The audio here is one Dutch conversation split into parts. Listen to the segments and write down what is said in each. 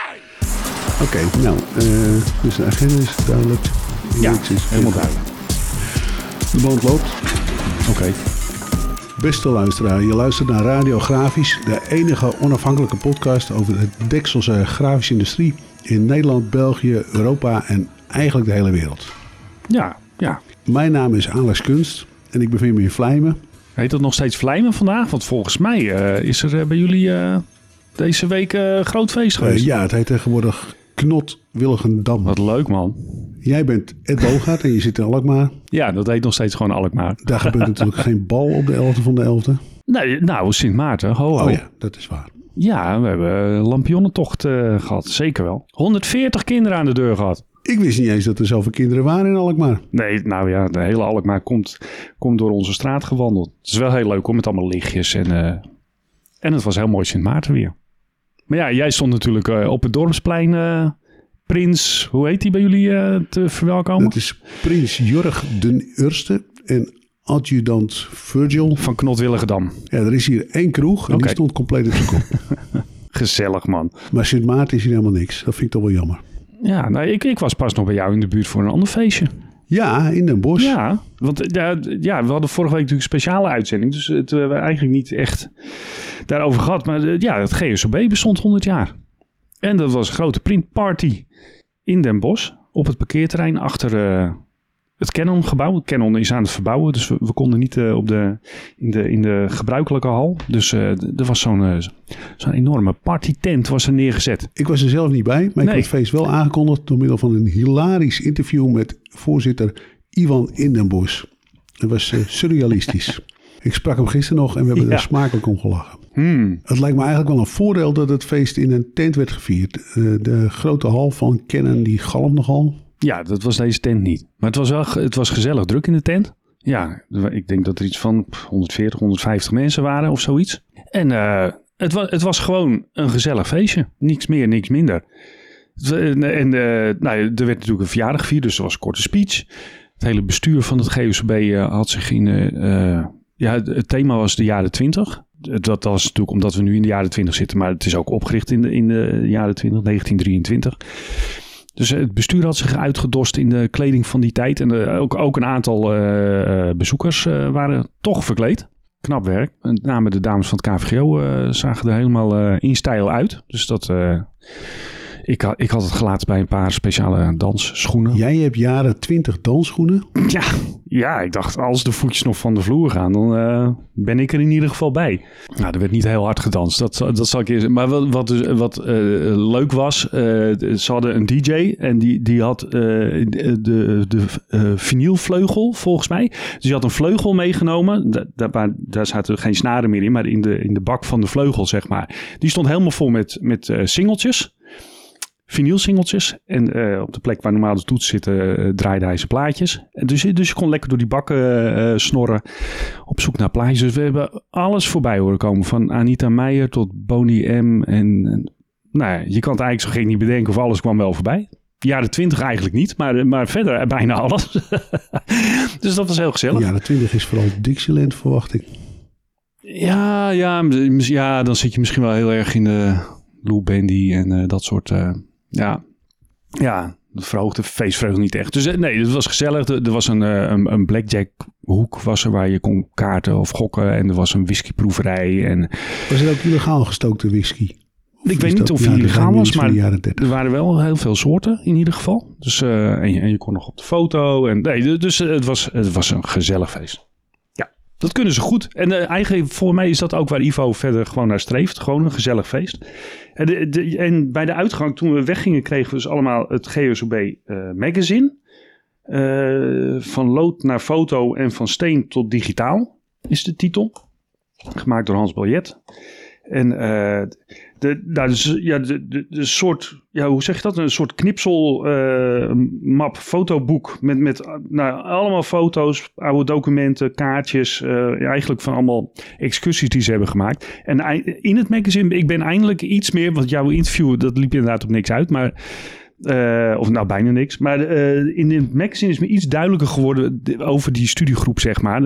Oké, dus de agenda is duidelijk. Ja, helemaal duidelijk. De band loopt. Oké. Beste luisteraar, je luistert naar Radiografisch, de enige onafhankelijke podcast over de Dekselse grafische industrie in Nederland, België, Europa en eigenlijk de hele wereld. Ja. Mijn naam is Alex Kunst en ik bevind me in Vlijmen. Heet dat nog steeds Vlijmen vandaag? Want volgens mij is er bij jullie deze week groot feest geweest. Ja, het heet tegenwoordig Knot Willigendam. Wat leuk, man. Jij bent Ed Bogaert en je zit in Alkmaar. Ja, dat heet nog steeds gewoon Alkmaar. Daar gebeurt natuurlijk geen bal op de 11e van de 11e. Nee, nou, Sint Maarten. Ho. Oh ja, dat is waar. Ja, we hebben een lampionnentocht gehad. Zeker wel. 140 kinderen aan de deur gehad. Ik wist niet eens dat er zoveel kinderen waren in Alkmaar. Nee, nou ja, de hele Alkmaar komt door onze straat gewandeld. Het is wel heel leuk hoor, met allemaal lichtjes. En het was heel mooi Sint Maarten weer. Maar ja, jij stond natuurlijk op het Dorpsplein... Prins, hoe heet die bij jullie te verwelkomen? Het is Prins Jurg den Eerste en adjudant Virgil. Van Knot Willigendam. Ja, er is hier 1 kroeg en die stond compleet op zijn kop. Gezellig, man. Maar Sint Maarten is hier helemaal niks. Dat vind ik toch wel jammer. Ja, nou, ik was pas nog bij jou in de buurt voor een ander feestje. Ja, in Den Bosch. Ja, want we hadden vorige week natuurlijk een speciale uitzending. Dus het hebben we eigenlijk niet echt daarover gehad. Maar het GSOB bestond 100 jaar. En dat was een grote printparty in Den Bosch. Op het parkeerterrein achter het Canon-gebouw. Het Canon is aan het verbouwen. Dus we konden niet in de gebruikelijke hal. Dus er was zo'n enorme partytent was er neergezet. Ik was er zelf niet bij. Maar ik heb het feest wel aangekondigd door middel van een hilarisch interview met voorzitter Ivan in Den Bosch. Dat was surrealistisch. Ik sprak hem gisteren nog en we hebben er smakelijk om gelachen. Het lijkt me eigenlijk wel een voordeel dat het feest in een tent werd gevierd. De grote hal van Canon, die galmt nogal. Ja, dat was deze tent niet. Maar het was gezellig druk in de tent. Ja, ik denk dat er iets van 140, 150 mensen waren of zoiets. En het was gewoon een gezellig feestje. Niks meer, niks minder. En er werd natuurlijk een verjaardag gevierd, dus er was een korte speech. Het hele bestuur van het GSOB had zich in... het thema was de jaren 20. Dat was natuurlijk omdat we nu in de jaren 20 zitten. Maar het is ook opgericht in de jaren 20, 1923. Dus het bestuur had zich uitgedost in de kleding van die tijd. En ook een aantal bezoekers waren toch verkleed. Knap werk. Met name de dames van het KVGO zagen er helemaal in stijl uit. Dus dat... Ik had het gelaten bij een paar speciale dansschoenen. Jij hebt jaren 20 dansschoenen? Ja, ik dacht als de voetjes nog van de vloer gaan, dan ben ik er in ieder geval bij. Nou, er werd niet heel hard gedanst. Dat zal ik eerst. Maar wat leuk was, ze hadden een DJ en die had de vinylvleugel volgens mij. Dus die had een vleugel meegenomen. Daar zaten geen snaren meer in, maar in de bak van de vleugel, zeg maar. Die stond helemaal vol met singeltjes. Vinylsingeltjes. En op de plek waar normaal de toetsen zitten draaide hij zijn plaatjes. Dus je kon lekker door die bakken snorren op zoek naar plaatjes. Dus we hebben alles voorbij horen komen. Van Anita Meijer tot Boney M. En je kan het eigenlijk zo gek niet bedenken of alles kwam wel voorbij. Jaren 20 eigenlijk niet, maar verder bijna alles. Dus dat was heel gezellig. Jaren 20 is vooral Dixieland, verwacht ik. Ja, dan zit je misschien wel heel erg in de Lou Bandy en dat soort... dat verhoogde feestvreugde niet echt. Dus het was gezellig. Er was een blackjack hoek waar je kon kaarten of gokken. En er was een whiskyproeverij. En... Was het ook illegaal gestookte whisky? Ik weet niet of het illegaal was, maar er waren wel heel veel soorten in ieder geval. Dus, en je kon nog op de foto. Dus het was een gezellig feest. Ja, dat kunnen ze goed. En eigenlijk voor mij is dat ook waar Ivo verder gewoon naar streeft. Gewoon een gezellig feest. En bij de uitgang, toen we weggingen, kregen we dus allemaal het GSOB magazine. Van lood naar foto en van steen tot digitaal is de titel. Gemaakt door Hans Biljet. En de soort, hoe zeg je dat? Een soort knipselmap, fotoboek met allemaal foto's, oude documenten, kaartjes, eigenlijk van allemaal excursies die ze hebben gemaakt. En in het magazine, ik ben eindelijk iets meer, want jouw interview, dat liep inderdaad op niks uit, maar... of nou bijna niks. Maar in het magazine is me iets duidelijker geworden over die studiegroep, zeg maar.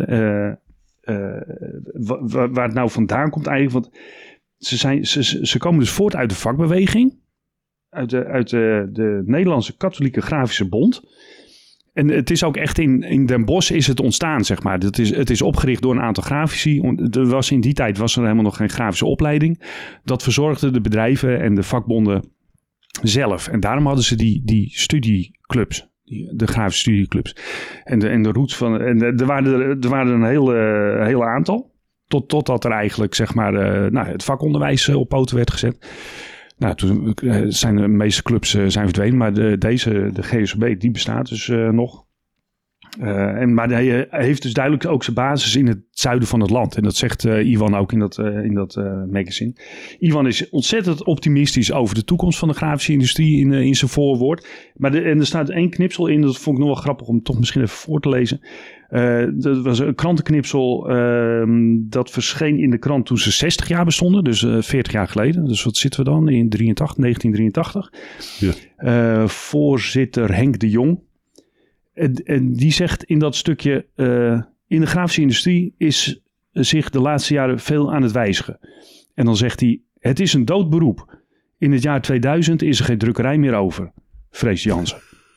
Waar het nou vandaan komt eigenlijk. Want ze komen dus voort uit de vakbeweging. uit de Nederlandse Katholieke Grafische Bond. En het is ook echt in Den Bosch is het ontstaan, zeg maar. Het is opgericht door een aantal grafici. In die tijd was er helemaal nog geen grafische opleiding. Dat verzorgden de bedrijven en de vakbonden zelf. En daarom hadden ze die studieclubs. De grafische studieclubs. En de roots van... En er waren een hele aantal. Totdat er eigenlijk, zeg maar, het vakonderwijs op poten werd gezet. Nou, toen zijn de meeste clubs zijn verdwenen, maar de GSOB, die bestaat dus nog. Maar hij heeft dus duidelijk ook zijn basis in het zuiden van het land. En dat zegt Iwan ook in dat magazine. Iwan is ontzettend optimistisch over de toekomst van de grafische industrie in zijn voorwoord. Maar er staat 1 knipsel in, dat vond ik nog wel grappig om toch misschien even voor te lezen. Dat was een krantenknipsel dat verscheen in de krant toen ze 60 jaar bestonden. Dus 40 jaar geleden. Dus wat zitten we dan? In 1983. Ja. Voorzitter Henk de Jong. En die zegt in dat stukje... in de grafische industrie is zich de laatste jaren veel aan het wijzigen. En dan zegt hij... Het is een dood beroep. In het jaar 2000 is er geen drukkerij meer over. Vrees Jansen.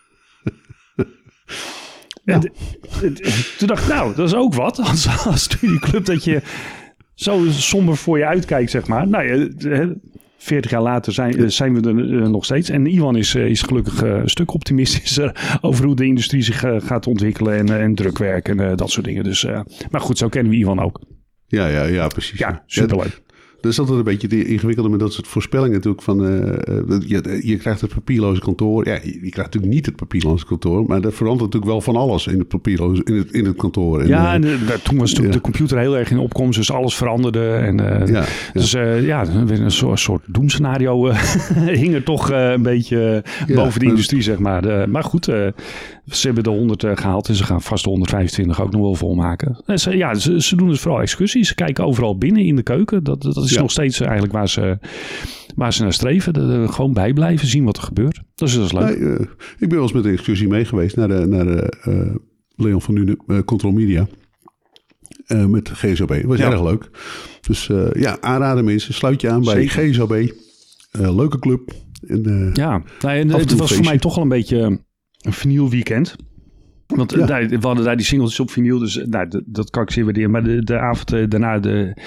Ja. Toen dacht ik, dat is ook wat. Als studieclub dat je zo somber voor je uitkijkt, zeg maar. Nou ja, 40 jaar later zijn we er nog steeds. En Iwan is gelukkig een stuk optimistischer over hoe de industrie zich gaat ontwikkelen en drukwerk en dat soort dingen. Dus, maar goed, zo kennen we Iwan ook. Ja, precies. Ja, superleuk. Dat is altijd een beetje de ingewikkelde met dat soort voorspellingen natuurlijk van... je krijgt het papierloze kantoor. Ja, je krijgt natuurlijk niet het papierloze kantoor... maar dat verandert natuurlijk wel van alles in het papierloze in het kantoor. En, toen was de computer heel erg in opkomst... dus alles veranderde. En, Dus een soort doemscenario hing er toch een beetje boven de industrie, zeg maar. Maar goed, ze hebben de 100 gehaald... en ze gaan vast de 125 ook nog wel volmaken. En ze doen dus vooral excursies. Ze kijken overal binnen in de keuken. Dat is nog steeds eigenlijk waar ze naar streven. Gewoon bijblijven, zien wat er gebeurt. Dat is leuk. Nee, ik ben wel eens met een excursie mee geweest naar de Leon van Nuenen Control Media. Met GSOB. Dat was erg leuk. Dus aanraden mensen. Sluit je aan bij GSOB. Leuke club. En, het was voor mij toch al een beetje een vinyl weekend. Want we hadden daar die singles op vinyl, dus dat kan ik zeer waarderen. Maar de avond daarna,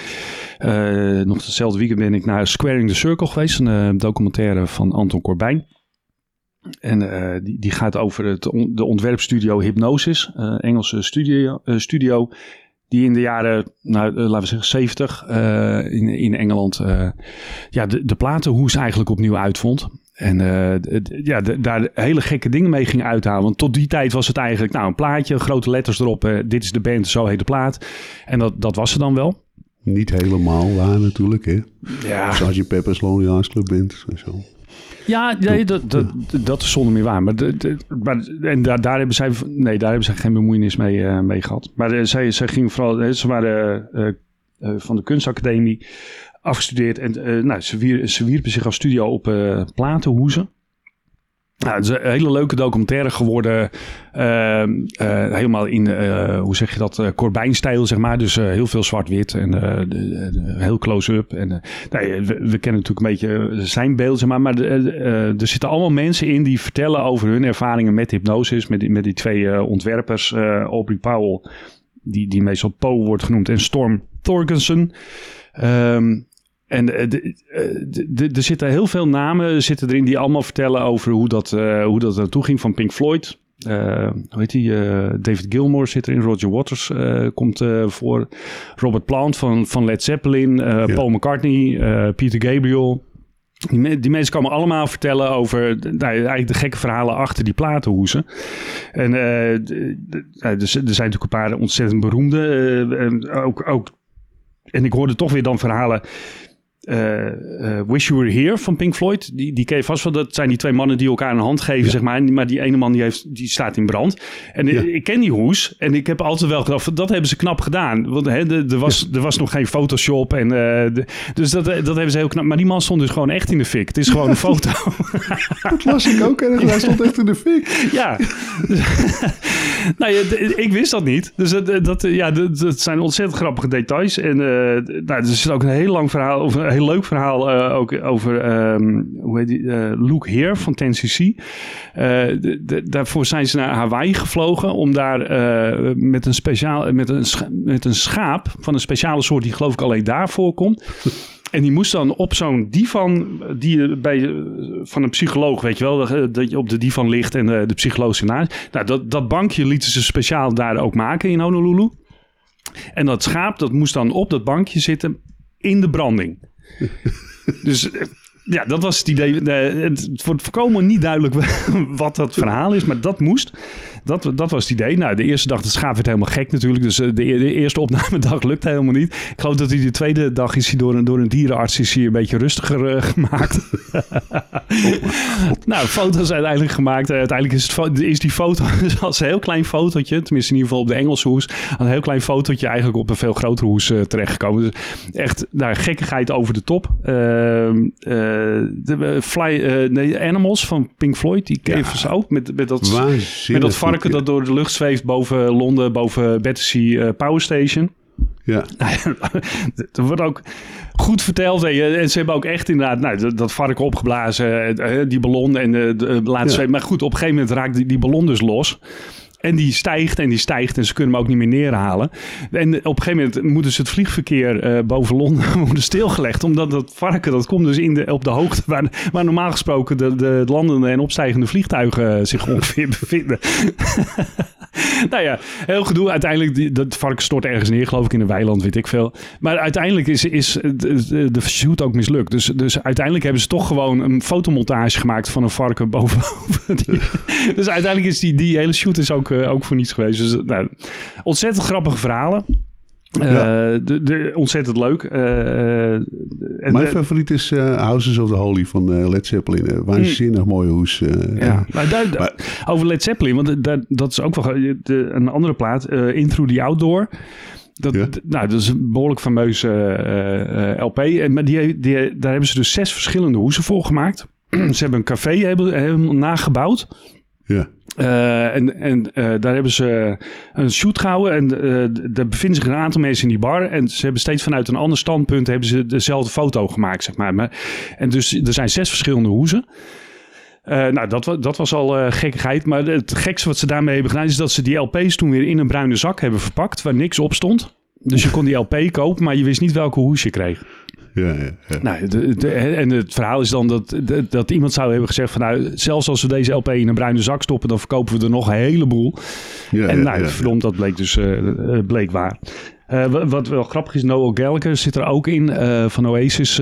nog hetzelfde weekend, ben ik naar Squaring the Circle geweest. Een documentaire van Anton Corbijn. En die gaat over de ontwerpstudio Hypnosis, Engelse studio. Die in de jaren, laten we zeggen 70, in Engeland, de platenhoes eigenlijk opnieuw uitvond. En daar hele gekke dingen mee ging uithalen. Want tot die tijd was het eigenlijk een plaatje, grote letters erop. Dit is de band, zo heet de plaat. En dat was er dan wel. Niet helemaal waar natuurlijk, hè. Ja. Sgt. Pepper's Lonely Hearts Club Band en zo. Ja, nee, dat is zonder meer waar. Maar daar hebben zij geen bemoeienis mee gehad. Maar zij gingen vooral... Ze waren van de kunstacademie afgestudeerd. En ze wierpen zich als studio op platenhoezen. Nou, het is een hele leuke documentaire geworden. Helemaal in, hoe zeg je dat, Corbijn-stijl, zeg maar. Dus heel veel zwart-wit en heel close-up. En we kennen natuurlijk een beetje zijn beeld, zeg maar. Maar er zitten allemaal mensen in die vertellen over hun ervaringen met hypnosis. Met die twee ontwerpers, Aubrey Powell, die meestal Poe wordt genoemd, en Storm Thorgerson. En er zitten heel veel namen erin die allemaal vertellen over hoe dat naartoe ging van Pink Floyd. Hoe heet die? David Gilmour zit erin. Roger Waters komt voor. Robert Plant van Led Zeppelin. Paul McCartney. Peter Gabriel. Die mensen komen allemaal vertellen over eigenlijk de gekke verhalen achter die platenhoezen. En er zijn natuurlijk een paar ontzettend beroemde. Ook. En ik hoorde toch weer dan verhalen. Wish You Were Here van Pink Floyd. Die ken je vast wel. Dat zijn die twee mannen die elkaar een hand geven, zeg maar. Maar die ene man die staat in brand. En ik ken die hoes. En ik heb altijd wel gedacht, dat hebben ze knap gedaan. Want er was nog geen Photoshop. En, dus dat hebben ze heel knap. Maar die man stond dus gewoon echt in de fik. Het is gewoon een foto. Dat las ik ook ergens. Hij stond echt in de fik. Ja. Ik wist dat niet. Dus dat zijn ontzettend grappige details. En er zit ook een heel lang verhaal, of een heel leuk verhaal ook over Luke Heer van 10cc. Daarvoor zijn ze naar Hawaii gevlogen om daar met een schaap van een speciale soort die geloof ik alleen daar voorkomt. En die moest dan op zo'n divan van een psycholoog, weet je wel, dat je op de divan ligt en de psycholoog zit naast. Nou, dat bankje lieten ze speciaal daar ook maken in Honolulu. En dat schaap, dat moest dan op dat bankje zitten in de branding. Dus ja, dat was het idee. Het wordt volkomen niet duidelijk wat dat verhaal is, maar dat moest. Dat was het idee. Nou, de eerste dag, de schaap werd helemaal gek natuurlijk. Dus de eerste opnamedag lukte helemaal niet. Ik geloof dat hij de tweede dag is hij door een dierenarts is hij een beetje rustiger gemaakt. Nou, foto's uiteindelijk gemaakt. Uiteindelijk is die foto als een heel klein fotootje, tenminste in ieder geval op de Engelse hoes, een heel klein fotootje eigenlijk op een veel grotere hoes terechtgekomen. Dus echt gekkigheid over de top. De Animals van Pink Floyd, die keven ze ook met dat varken dat door de lucht zweeft boven Londen, boven Battersea Power Station. Ja. Dat wordt ook goed verteld. En ze hebben ook echt inderdaad dat varken opgeblazen, die ballon en laten zweven. Maar goed, op een gegeven moment raakt die ballon dus los. En die stijgt en ze kunnen hem ook niet meer neerhalen. En op een gegeven moment moeten ze het vliegverkeer boven Londen worden stilgelegd. Omdat dat varken, dat komt dus op de hoogte waar normaal gesproken de landende en opstijgende vliegtuigen zich ongeveer bevinden. Nou ja, heel gedoe. Uiteindelijk, dat varken stort ergens neer, geloof ik, in een weiland, weet ik veel. Maar uiteindelijk is de shoot ook mislukt. Dus uiteindelijk hebben ze toch gewoon een fotomontage gemaakt van een varken boven. Dus uiteindelijk is die hele shoot is ook voor niets geweest. Dus ontzettend grappige verhalen. Ontzettend leuk. Mijn favoriet is Houses of the Holy van Led Zeppelin. Waanzinnig mooie hoes. Maar over Led Zeppelin, want dat is ook wel een andere plaat. In Through the Outdoor. Dat is een behoorlijk fameuze LP. Maar daar hebben ze dus 6 verschillende hoesen voor gemaakt. Ze hebben een café helemaal nagebouwd. Ja. Daar hebben ze een shoot gehouden en daar bevinden zich een aantal mensen in die bar en ze hebben steeds vanuit een ander standpunt hebben ze dezelfde foto gemaakt, zeg maar. En dus er zijn 6 verschillende hoezen. Dat was al gekkigheid, maar het gekste wat ze daarmee hebben gedaan is dat ze die LP's toen weer in een bruine zak hebben verpakt waar niks op stond. Dus je kon die LP kopen, maar je wist niet welke hoes je kreeg. Ja. Nou, en het verhaal is dan dat iemand zou hebben gezegd van zelfs als we deze LP in een bruine zak stoppen, dan verkopen we er nog een heleboel. Verdomd, dat bleek dus bleek waar. Wat wel grappig is, Noel Gallagher zit er ook in van Oasis.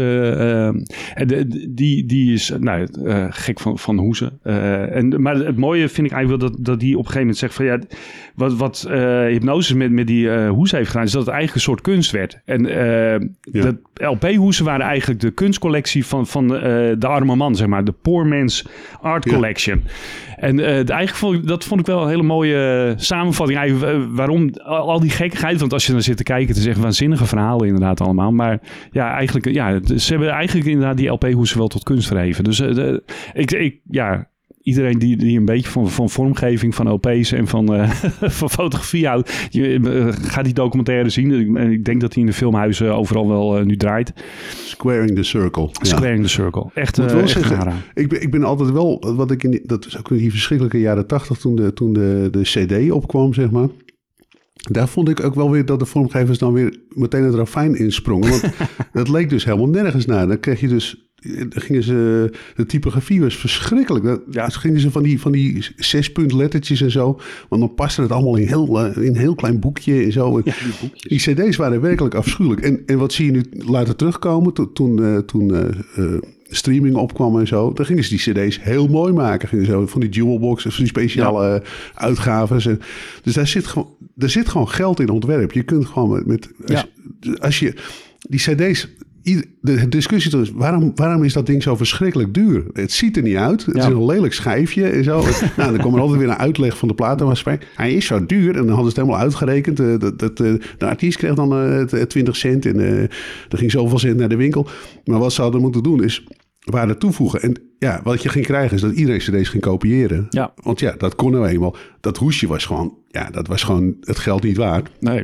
Die is gek van hoezen. Maar het mooie vind ik eigenlijk wel dat die op een gegeven moment zegt van wat hypnose met die hoes heeft gedaan, is dat het eigenlijk een soort kunst werd. En de LP-hoesen waren eigenlijk de kunstcollectie van de arme man, zeg maar. De Poor Man's Art Collection. En eigenlijk vond ik wel een hele mooie samenvatting. Waarom al die gekkigheid, want als je dan zit te kijken, het is echt waanzinnige verhalen inderdaad allemaal. Maar ze hebben eigenlijk inderdaad die LP-hoesen wel tot kunst verheven. Dus iedereen die een beetje van vormgeving, van LP's en van fotografie houdt, gaat die documentaire zien. Ik denk dat hij in de filmhuizen overal wel nu draait. Squaring the Circle. Squaring the Circle. Echt aanraden. Ik ben altijd wel, dat is ook in die verschrikkelijke jaren 80 toen de CD opkwam, zeg maar. Daar vond ik ook wel weer dat de vormgevers dan weer meteen het ravijn insprongen. Want dat leek dus helemaal nergens naar. Dan kreeg je dus, de typografie was verschrikkelijk. Gingen ze van die 6-punt lettertjes en zo. Want dan paste het allemaal in een heel klein boekje en zo. Ja, die cd's waren werkelijk afschuwelijk. En wat zie je nu later terugkomen toen streaming opkwam en zo. Dan gingen ze die cd's heel mooi maken. Gingen zo van die jewelboxen, van die speciale uitgaves. Dus daar zit gewoon geld in ontwerp. Je kunt gewoon als je die cd's. De discussie is, waarom is dat ding zo verschrikkelijk duur? Het ziet er niet uit. Het is een lelijk schijfje en zo. Dan komt er altijd weer een uitleg van de platenmaatschappij. Hij is zo duur. En dan hadden ze het helemaal uitgerekend. De artiest kreeg dan 20 cent. En er ging zoveel cent naar de winkel. Maar wat ze hadden moeten doen is waarde toevoegen. En wat je ging krijgen is dat iedereen cd's ging kopiëren. Ja. Want dat kon nou eenmaal. Dat hoesje was gewoon, dat was gewoon het geld niet waard. Nee.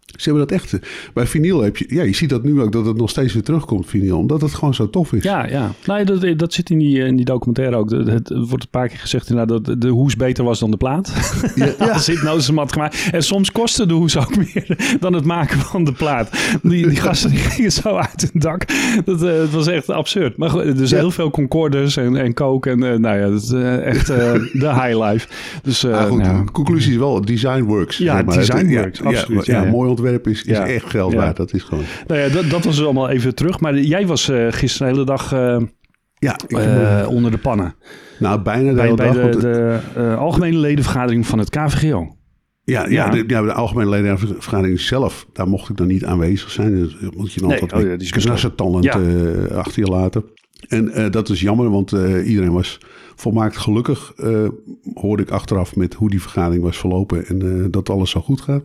Ze hebben dat echt. Bij vinyl heb je... Ja, je ziet dat nu ook, dat het nog steeds weer terugkomt, vinyl. Omdat het gewoon zo tof is. Ja. Nee, dat zit in die documentaire ook. Het wordt een paar keer gezegd inderdaad dat de hoes beter was dan de plaat. Ja. Als het nou zijn mat gemaakt. En soms kostte de hoes ook meer dan het maken van de plaat. Die gasten die gingen zo uit hun dak. Het was echt absurd. Maar goed, dus heel veel Concorders en Coke. En dat is echt de high life. Dus, goed, de conclusie is wel, design works. Ja, design works, absoluut. Ja, mooi ontwerp is echt geld waard. Dat is gewoon... Nou ja, dat was allemaal even terug. Maar jij was gisteren de hele dag onder de pannen. Nou, bijna de hele dag. De algemene ledenvergadering van het KVGO. De algemene ledenvergadering zelf, daar mocht ik dan niet aanwezig zijn. Dus moet je dan knarsetandend achter je laten. En dat is jammer, want iedereen was volmaakt gelukkig. Hoorde ik achteraf met hoe die vergadering was verlopen en dat alles zo goed gaat.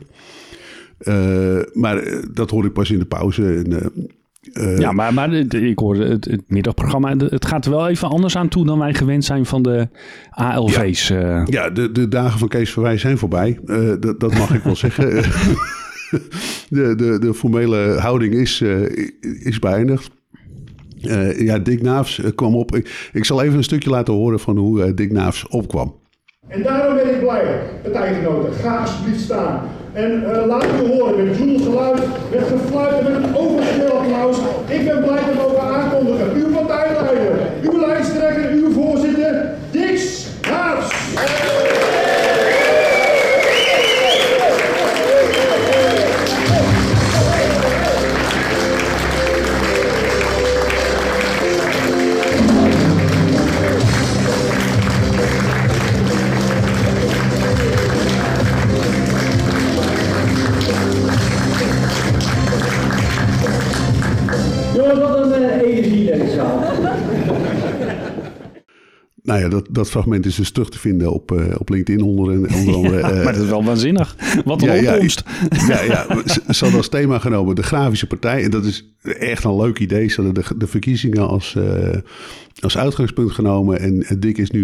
Maar dat hoorde ik pas in de pauze. Maar ik hoorde het middagprogramma. Het gaat er wel even anders aan toe dan wij gewend zijn van de ALV's. Ja, de dagen van Kees Verwij zijn voorbij. Dat mag ik wel zeggen. De formele houding is beëindigd. Dick Naafs kwam op. Ik zal even een stukje laten horen van hoe Dick Naafs opkwam. En daarom ben ik blij, partijgenoten. Ga alsjeblieft staan. En laat u horen met joel geluid, met gefluit en met een overspel applaus. Ik ben blij dat we mogen aankondigen. Uw partijleider, uw lijsttrekker, uw voorzitter, Dick Naafs. Nou ja, dat fragment is dus terug te vinden op LinkedIn onder andere. Maar dat is wel waanzinnig. Wat een opkomst. Ze hadden als thema genomen de Grafische Partij. En dat is echt een leuk idee. Ze hadden de verkiezingen als uitgangspunt genomen. En Dick is nu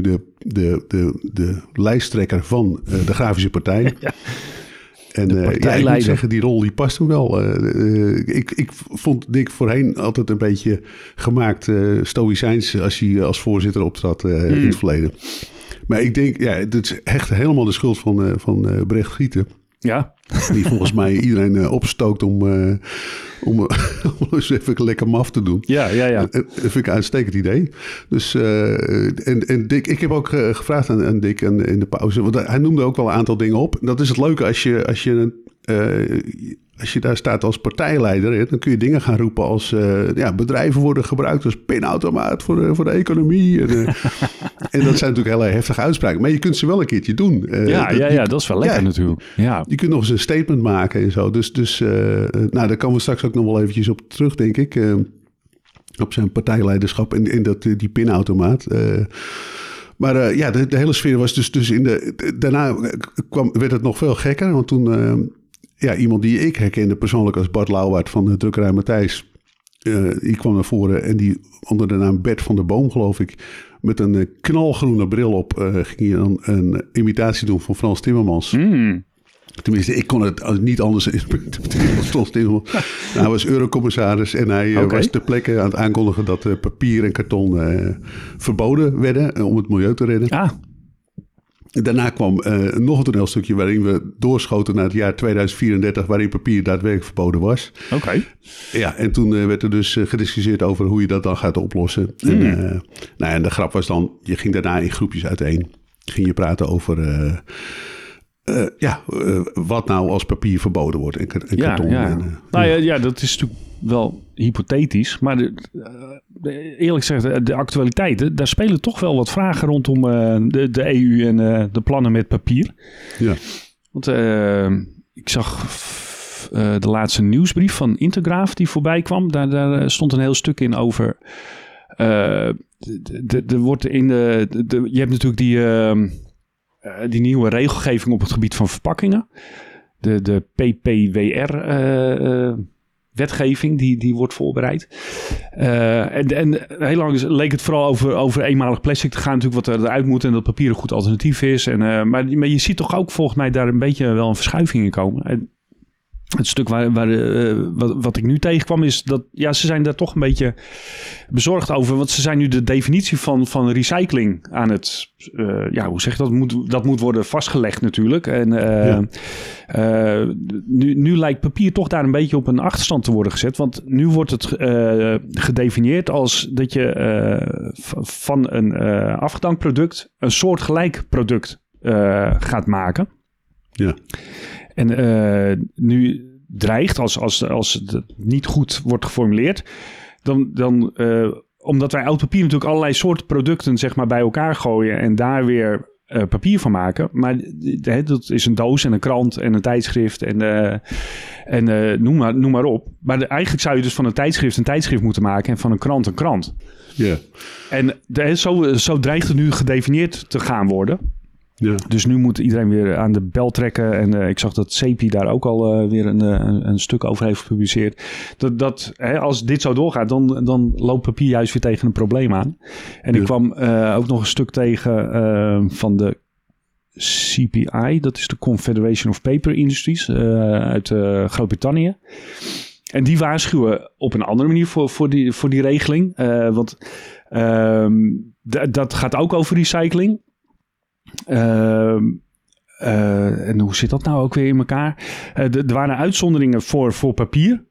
de lijsttrekker van de Grafische Partij. Ja. En ik moet zeggen, die rol die past hem wel. Ik vond Dick voorheen altijd een beetje gemaakt stoïcijns als hij als voorzitter optrad in het verleden. Maar ik denk, het is echt helemaal de schuld van Brecht Gieten. Ja. Die volgens mij iedereen opstookt om eens even lekker maf te doen. Ja. Dat vind ik een uitstekend idee. Dus, en Dick, ik heb ook gevraagd aan Dick in de pauze. Want hij noemde ook wel een aantal dingen op. Dat is het leuke als je daar staat als partijleider. Dan kun je dingen gaan roepen als bedrijven worden gebruikt als pinautomaat voor de economie. En dat zijn natuurlijk hele heftige uitspraken. Maar je kunt ze wel een keertje doen. Dat is wel lekker natuurlijk. Ja. Je kunt nog eens een statement maken en zo. Dus daar komen we straks ook nog wel eventjes op terug, denk ik. Op zijn partijleiderschap en die pinautomaat. Maar de hele sfeer was dus daarna werd het nog veel gekker. Want toen iemand die ik herkende persoonlijk als Bart Lauwaard van de drukkerij Matthijs. Die kwam naar voren en die onder de naam Bert van der Boom, geloof ik. Met een knalgroene bril op ging hij dan een imitatie doen van Frans Timmermans. Tenminste, ik kon het niet anders interpreteren dan Frans Timmermans. Hij was eurocommissaris en hij was ter plekke aan het aankondigen dat papier en karton verboden werden om het milieu te redden. Ah. Daarna kwam nog een toneelstukje waarin we doorschoten naar het jaar 2034... waarin papier daadwerkelijk verboden was. Oké. Ja, en toen werd er dus gediscussieerd over hoe je dat dan gaat oplossen. En de grap was dan, je ging daarna in groepjes uiteen. Ging je praten over wat nou als papier verboden wordt en karton. Ja. Dat is natuurlijk wel hypothetisch. Maar eerlijk gezegd, de actualiteiten, daar spelen toch wel wat vragen rondom de EU en de plannen met papier. Ja. Want ik zag de laatste nieuwsbrief van Intergraaf die voorbij kwam. Daar stond een heel stuk in over. Er wordt je hebt natuurlijk die nieuwe regelgeving op het gebied van verpakkingen. De PPWR wetgeving die wordt voorbereid. En heel lang leek het vooral over eenmalig plastic te gaan, natuurlijk wat eruit moet en dat papier een goed alternatief is. Maar je ziet toch ook volgens mij daar een beetje wel een verschuiving in komen. Het stuk wat ik nu tegenkwam is dat ze zijn daar toch een beetje bezorgd over. Want ze zijn nu de definitie van recycling aan het... hoe zeg je dat? Dat moet worden vastgelegd natuurlijk. En nu lijkt papier toch daar een beetje op een achterstand te worden gezet. Want nu wordt het gedefinieerd als dat je van een afgedankt product een soortgelijk product gaat maken. Ja. En nu dreigt, als het niet goed wordt geformuleerd, dan omdat wij oud papier natuurlijk allerlei soorten producten zeg maar bij elkaar gooien en daar weer papier van maken. Maar dat is een doos en een krant en een tijdschrift en noem maar op. Maar eigenlijk zou je dus van een tijdschrift moeten maken en van een krant een krant. Ja. En zo dreigt het nu gedefinieerd te gaan worden. Ja. Dus nu moet iedereen weer aan de bel trekken. En ik zag dat CEPI daar ook al weer een stuk over heeft gepubliceerd. Als dit zo doorgaat, dan loopt papier juist weer tegen een probleem aan. En ik kwam ook nog een stuk tegen van de CPI. Dat is de Confederation of Paper Industries uit Groot-Brittannië. En die waarschuwen op een andere manier voor die regeling. Want dat gaat ook over recycling. En hoe zit dat nou ook weer in elkaar? Er waren uitzonderingen voor papier.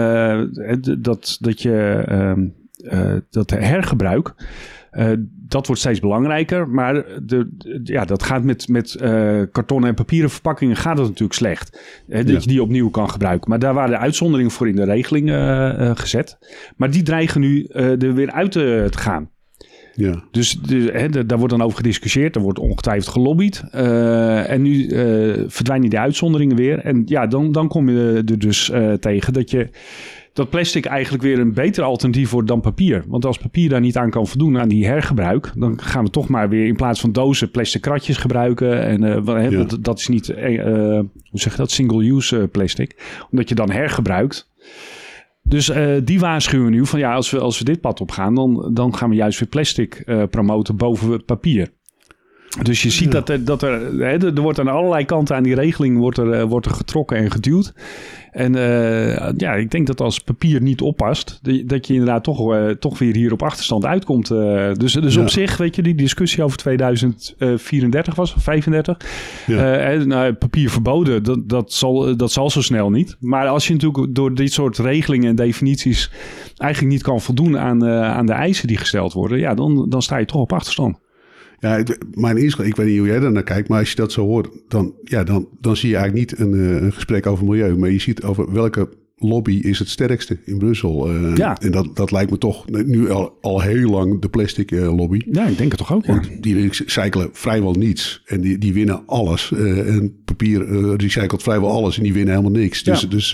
Dat hergebruik. Dat wordt steeds belangrijker. Maar dat gaat met kartonnen en papieren verpakkingen gaat het natuurlijk slecht. Dat je die opnieuw kan gebruiken. Maar daar waren uitzonderingen voor in de regeling gezet. Maar die dreigen nu er weer uit te gaan. Ja. Dus daar wordt dan over gediscussieerd. Er wordt ongetwijfeld gelobbyd. En nu verdwijnen die uitzonderingen weer. En ja, dan kom je er dus tegen dat plastic eigenlijk weer een beter alternatief wordt dan papier. Want als papier daar niet aan kan voldoen aan die hergebruik, dan gaan we toch maar weer in plaats van dozen plastic kratjes gebruiken. En dat is niet, hoe zeg je dat, single-use plastic. Omdat je dan hergebruikt. Dus die waarschuwen nu van als we dit pad op gaan, dan gaan we juist weer plastic promoten boven papier. Dus je ziet dat er wordt aan allerlei kanten aan die regeling wordt er getrokken en geduwd. En ik denk dat als papier niet oppast, dat je inderdaad toch weer hier op achterstand uitkomt. Dus op zich, weet je, die discussie over 2034 was, of 35. Ja. Papier verboden, dat zal zo snel niet. Maar als je natuurlijk door dit soort regelingen en definities eigenlijk niet kan voldoen aan de eisen die gesteld worden, dan sta je toch op achterstand. Ja, mijn inschatting, ik weet niet hoe jij daar naar kijkt, maar als je dat zo hoort, dan zie je eigenlijk niet een gesprek over milieu, maar je ziet over welke lobby is het sterkste in Brussel. En dat lijkt me toch nu al heel lang de plastic lobby. Ja, ik denk het toch ook. Ja. Die recyclen vrijwel niets en die winnen alles. En papier recycelt vrijwel alles en die winnen helemaal niks. Dus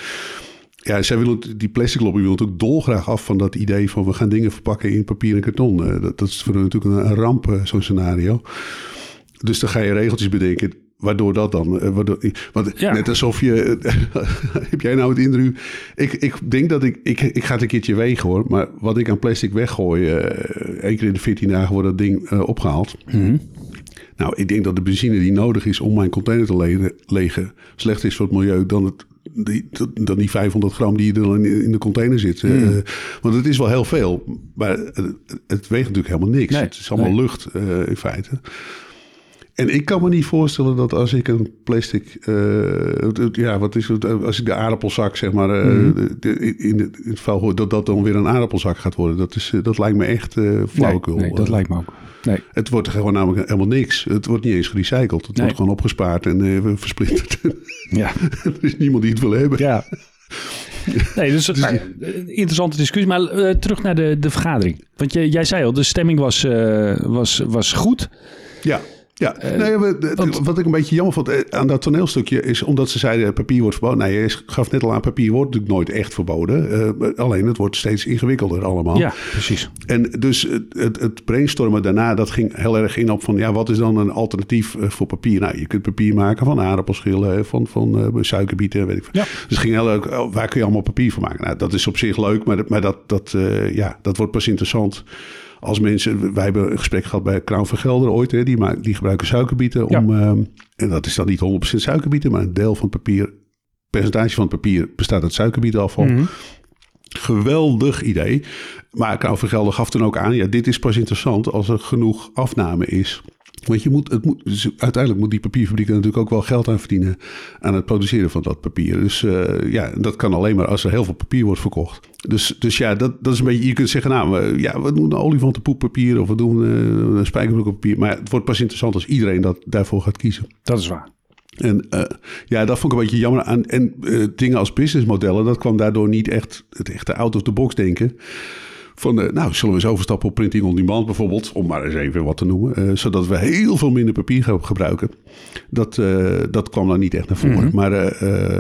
zij willen, die plastic lobby wil natuurlijk dolgraag af van dat idee van we gaan dingen verpakken in papier en karton. Dat is voor natuurlijk een ramp, zo'n scenario. Dus dan ga je regeltjes bedenken waardoor dat dan... Net alsof je... heb jij nou het indruk? Ik denk dat ik ga het een keertje wegen hoor. Maar wat ik aan plastic weggooi, 1 keer in de 14 dagen wordt dat ding opgehaald. Mm-hmm. Nou, ik denk dat de benzine die nodig is om mijn container te legen slechter is voor het milieu dan die 500 gram die er in de container zit. Want het is wel heel veel, maar het weegt natuurlijk helemaal niks. Nee, het is allemaal lucht in feite. En ik kan me niet voorstellen dat als ik een plastic... als ik de aardappelzak, zeg maar, in het vuil gooi, dat dan weer een aardappelzak gaat worden. Dat lijkt me echt flauwekul. Nee, dat lijkt me ook. Nee. Het wordt gewoon namelijk helemaal niks. Het wordt niet eens gerecycled. Het wordt gewoon opgespaard en versplinterd. Ja. Er is niemand die het wil hebben. Ja. Nee, dus interessante discussie. Maar terug naar de vergadering. Want jij zei al, de stemming was goed. Ja. Ja, wat ik een beetje jammer vond aan dat toneelstukje is omdat ze zeiden papier wordt verboden. Nee, je gaf net al aan, papier wordt natuurlijk nooit echt verboden. Alleen het wordt steeds ingewikkelder allemaal. Ja, precies. En dus het brainstormen daarna, dat ging heel erg in op van wat is dan een alternatief voor papier? Nou, je kunt papier maken van aardappelschillen, van suikerbieten, weet ik veel. Ja. Dus het ging heel erg, waar kun je allemaal papier van maken? Nou, dat is op zich leuk, maar dat wordt pas interessant. Als mensen, wij hebben een gesprek gehad bij Crown Vergelder ooit, die gebruiken suikerbieten om, en dat is dan niet 100% suikerbieten, maar een deel van papier percentage van het papier bestaat uit suikerbietenafval. Mm-hmm. Geweldig idee. Maar Kauw Vergelder gaf toen ook aan, ja, dit is pas interessant als er genoeg afname is. Want dus uiteindelijk moet die papierfabriek er natuurlijk ook wel geld aan verdienen aan het produceren van dat papier. Dus dat kan alleen maar als er heel veel papier wordt verkocht. Dus ja, dat is een beetje, je kunt zeggen, nou, we doen een olifantenpoeppapier of we doen een spijkerbroekenpapier. Maar het wordt pas interessant als iedereen daarvoor gaat kiezen. Dat is waar. En dat vond ik een beetje jammer aan. En dingen als businessmodellen, dat kwam daardoor niet echt het echte out of the box denken. Van, zullen we eens overstappen op printing on demand bijvoorbeeld, om maar eens even wat te noemen. Zodat we heel veel minder papier gaan gebruiken. Dat kwam daar niet echt naar voren. Mm-hmm. Maar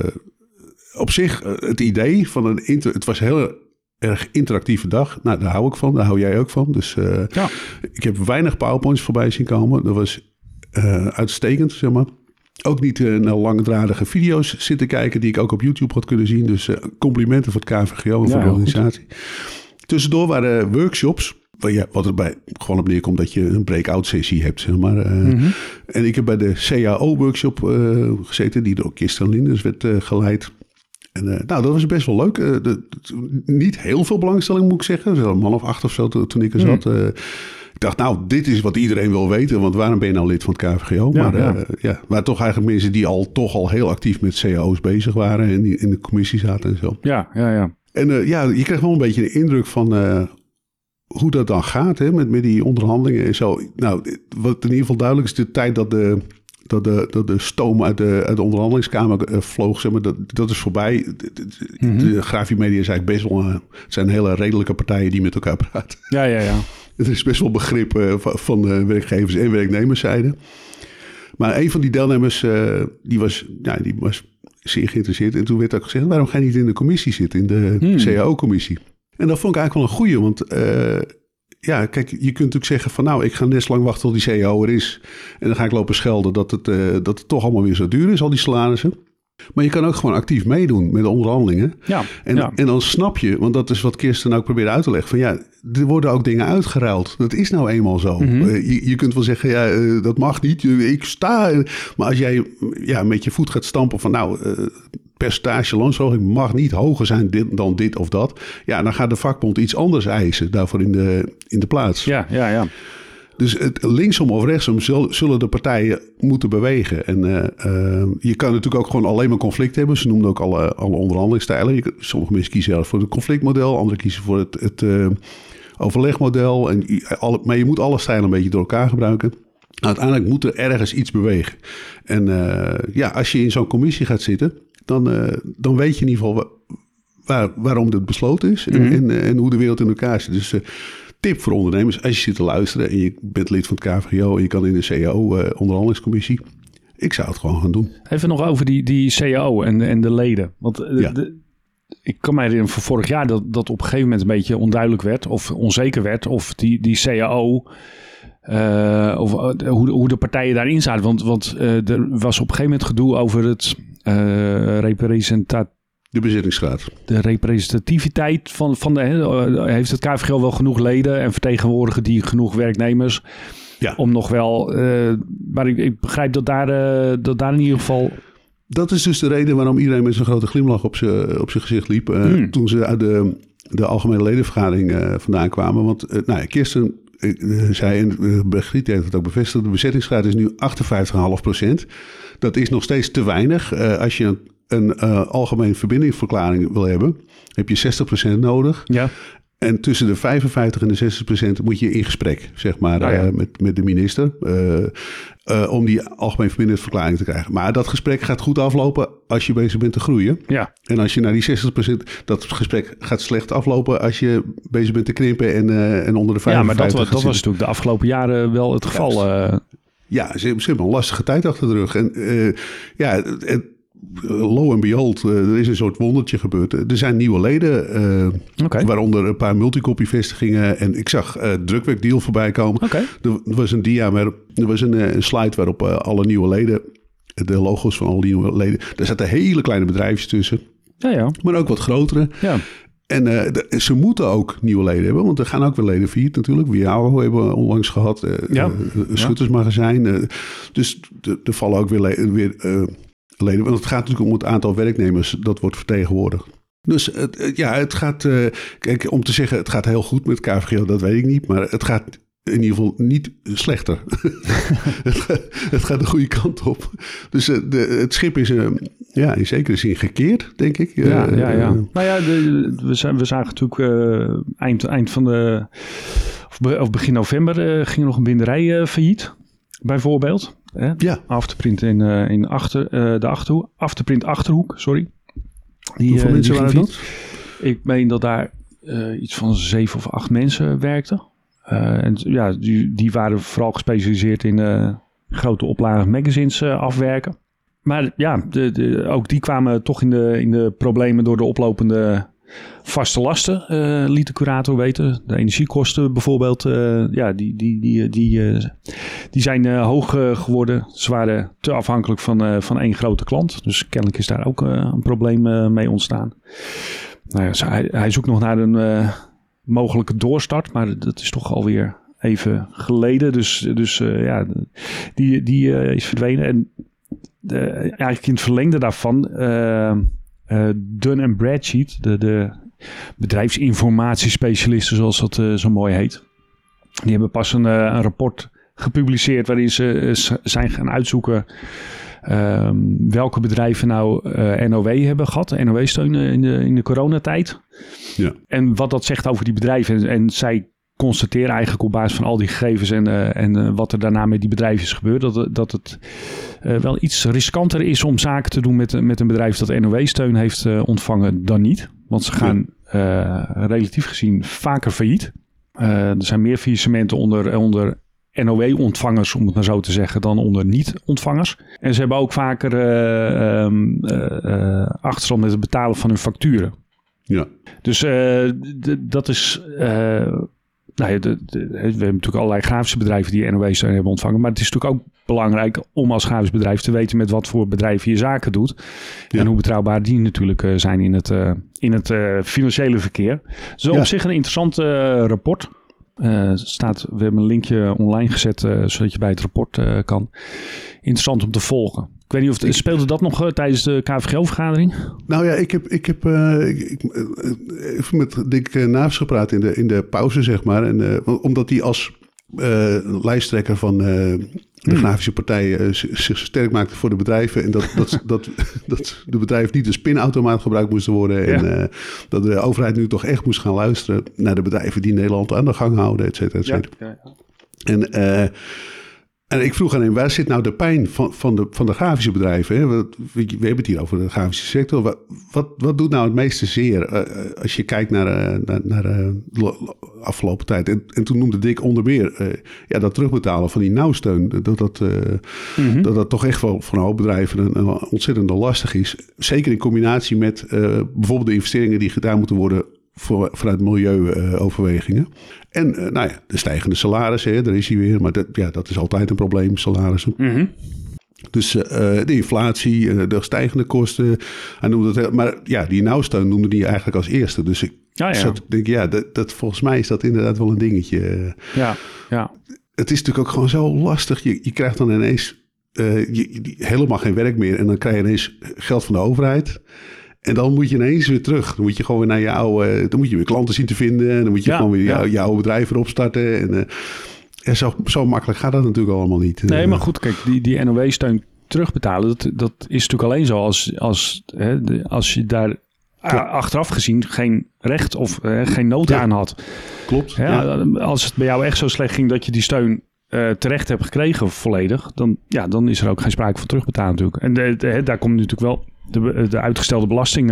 op zich, het idee van het was een heel erg interactieve dag. Nou, daar hou ik van, daar hou jij ook van. Dus ik heb weinig PowerPoints voorbij zien komen. Dat was uitstekend, zeg maar. Ook niet naar langdradige video's zitten kijken die ik ook op YouTube had kunnen zien. Dus complimenten voor het KVGO en voor de organisatie. Goed. Tussendoor waren workshops, wat erbij gewoon op neerkomt dat je een breakout sessie hebt, zeg maar. Mm-hmm. En ik heb bij de CAO-workshop gezeten, die door Kirsten Linders werd geleid. En dat was best wel leuk. Niet heel veel belangstelling, moet ik zeggen. Er was een man of 8 of zo toen ik er zat. Ik dacht, dit is wat iedereen wil weten. Want waarom ben je nou lid van het KVGO? Maar toch eigenlijk mensen die toch al heel actief met CAO's bezig waren. En die in de commissie zaten en zo. Ja. En je krijgt wel een beetje de indruk van hoe dat dan gaat, hè, met die onderhandelingen en zo. Nou, wat in ieder geval duidelijk is, de tijd dat de stoom uit de onderhandelingskamer vloog, zeg maar, dat is voorbij. De Grafiemedia is eigenlijk best wel het zijn hele redelijke partijen die met elkaar praten. Ja. Er is best wel begrip van werkgevers en werknemerszijde. Maar een van die deelnemers, die was zeer geïnteresseerd. En toen werd ook gezegd, waarom ga je niet in de commissie zitten, in de CAO-commissie? En dat vond ik eigenlijk wel een goeie, want kijk, je kunt natuurlijk zeggen van ik ga net zo lang wachten tot die CAO er is. En dan ga ik lopen schelden dat het toch allemaal weer zo duur is, al die salarissen. Maar je kan ook gewoon actief meedoen met de onderhandelingen. Ja, en dan snap je, want dat is wat Kirsten ook probeerde uit te leggen. Van er worden ook dingen uitgeruild. Dat is nou eenmaal zo. Mm-hmm. Je kunt wel zeggen, dat mag niet. Ik sta. Maar als jij met je voet gaat stampen van percentage loonsverhoging mag niet hoger zijn dan dit of dat. Ja, dan gaat de vakbond iets anders eisen daarvoor in de plaats. Ja. Dus linksom of rechtsom zullen de partijen moeten bewegen. En je kan natuurlijk ook gewoon alleen maar conflict hebben. Ze noemden ook alle onderhandelingsstijlen. Sommige mensen kiezen voor het conflictmodel. Anderen kiezen voor het overlegmodel. Maar je moet alle stijlen een beetje door elkaar gebruiken. Uiteindelijk moet er ergens iets bewegen. En als je in zo'n commissie gaat zitten, dan weet je in ieder geval waarom dit besloten is. Mm-hmm. En hoe de wereld in elkaar zit. Dus tip voor ondernemers, als je zit te luisteren en je bent lid van het KVGO en je kan in de CAO-onderhandelingscommissie. Ik zou het gewoon gaan doen. Even nog over die CAO en de leden. Want ik kan mij herinneren van vorig jaar dat op een gegeven moment een beetje onduidelijk werd of onzeker werd of die CAO, of hoe de partijen daarin zaten. Want er was op een gegeven moment gedoe over het de bezittingsgraad. De representativiteit van heeft het KVGO wel genoeg leden en vertegenwoordigen die genoeg werknemers? Ja. Om nog wel. Maar ik begrijp dat daar in ieder geval. Dat is dus de reden waarom iedereen met zo'n grote glimlach op zijn gezicht liep. Toen ze uit de algemene ledenvergadering vandaan kwamen. Want Kirsten zei, en Brigitte heeft het ook bevestigd, de bezettingsgraad is nu 58,5%. Dat is nog steeds te weinig. Als je een algemene verbindingsverklaring wil hebben, heb je 60% nodig. Ja. En tussen de 55 en de 60% moet je in gesprek, zeg maar, met de minister. Om die algemene verbindingsverklaring te krijgen. Maar dat gesprek gaat goed aflopen als je bezig bent te groeien. Ja. En als je naar die 60%, dat gesprek gaat slecht aflopen als je bezig bent te krimpen en onder de 55. Ja, maar dat was natuurlijk de afgelopen jaren wel het geval. Ja, ze hebben een lastige tijd achter de rug. En lo and behold, er is een soort wondertje gebeurd. Er zijn nieuwe leden, waaronder een paar multicopy-vestigingen. En ik zag drukwerkdeal voorbij komen. Okay. Er was een dia, er was een slide waarop alle nieuwe leden, de logo's van alle nieuwe leden. Daar zaten hele kleine bedrijfjes tussen. Ja. Maar ook wat grotere. Ja. En ze moeten ook nieuwe leden hebben, want er gaan ook weer leden failliet natuurlijk. Wiao hebben we onlangs gehad, Schuttersmagazijn. Dus er vallen ook weer leden. Want het gaat natuurlijk om het aantal werknemers dat wordt vertegenwoordigd. Dus het gaat, kijk, om te zeggen het gaat heel goed met KVGO, dat weet ik niet. Maar het gaat in ieder geval niet slechter. Het gaat de goede kant op. Dus het schip is in zekere zin gekeerd, denk ik. Ja. Nou ja, we zagen natuurlijk eind van of begin november ging er nog een binderij failliet, bijvoorbeeld. Ja. Afterprint Afterprint Achterhoek, sorry. Hoeveel mensen waren dat? Ik meen dat daar iets van 7 of 8 mensen werkten. Die waren vooral gespecialiseerd in grote oplagen magazines afwerken. Maar ja, ook die kwamen toch in de problemen door de oplopende vaste lasten, liet de curator weten. De energiekosten bijvoorbeeld, die zijn hoog geworden. Ze waren te afhankelijk van één grote klant. Dus kennelijk is daar ook een probleem mee ontstaan. Nou ja, hij zoekt nog naar een mogelijke doorstart, maar dat is toch alweer even geleden. Dus die is verdwenen. En eigenlijk in het verlengde daarvan, Dun & Bradstreet, de bedrijfsinformatiespecialisten zoals dat zo mooi heet. Die hebben pas een rapport gepubliceerd waarin ze zijn gaan uitzoeken welke bedrijven nou NOW hebben gehad, NOW-steun in de coronatijd. Ja. En wat dat zegt over die bedrijven. En zij constateren eigenlijk op basis van al die gegevens en wat er daarna met die bedrijven is gebeurd, dat het wel iets riskanter is om zaken te doen met een bedrijf dat NOW-steun heeft ontvangen dan niet. Want ze gaan relatief gezien vaker failliet. Er zijn meer faillissementen onder NOW-ontvangers, om het maar zo te zeggen, dan onder niet-ontvangers. En ze hebben ook vaker achterstand met het betalen van hun facturen. Ja. Dus dat is... we hebben natuurlijk allerlei grafische bedrijven die NOW-steun hebben ontvangen. Maar het is natuurlijk ook belangrijk om als grafisch bedrijf te weten met wat voor bedrijven je zaken doet. Ja. En hoe betrouwbaar die natuurlijk zijn in het financiële verkeer. Dus op zich een interessant rapport. We hebben een linkje online gezet zodat je bij het rapport kan. Interessant om te volgen. Ik weet niet of speelde dat nog tijdens de KVGO-vergadering? Nou ja, ik heb even met Dick Naafs gepraat in de pauze, zeg maar. En, omdat hij als lijsttrekker van de grafische partij zich sterk maakte voor de bedrijven. En dat de bedrijven niet een pinautomaat gebruikt moesten worden. En dat de overheid nu toch echt moest gaan luisteren naar de bedrijven die Nederland aan de gang houden, et cetera, et cetera. Ja. En ik vroeg aan hem, waar zit nou de pijn van de grafische bedrijven? Hè? We hebben het hier over de grafische sector. Wat doet nou het meeste zeer als je kijkt naar de afgelopen tijd? En toen noemde Dick onder meer dat terugbetalen van die nauwsteun. Dat toch echt wel voor een hoop bedrijven een ontzettend lastig is. Zeker in combinatie met bijvoorbeeld de investeringen die gedaan moeten worden vanuit milieuoverwegingen. En de stijgende salarissen, daar is hij weer. Maar dat is altijd een probleem, salarissen. Mm-hmm. Dus de inflatie, de stijgende kosten. Hij noemde dat, maar die nauwsteun noemde hij eigenlijk als eerste. Dus ik denk, dat volgens mij is dat inderdaad wel een dingetje. Ja. Het is natuurlijk ook gewoon zo lastig. Je krijgt dan ineens helemaal geen werk meer. En dan krijg je ineens geld van de overheid. En dan moet je ineens weer terug. Dan moet je gewoon weer naar dan moet je weer klanten zien te vinden. En dan moet je gewoon weer jouw oude bedrijf erop starten. En zo makkelijk gaat dat natuurlijk allemaal niet. Nee, maar goed, kijk, die NOW-steun terugbetalen, dat is natuurlijk alleen zo als je daar achteraf gezien geen recht of geen nood aan had. Klopt. Als het bij jou echt zo slecht ging dat je die steun terecht hebt gekregen volledig, dan is er ook geen sprake van terugbetalen natuurlijk. En daar komt natuurlijk wel de uitgestelde belasting.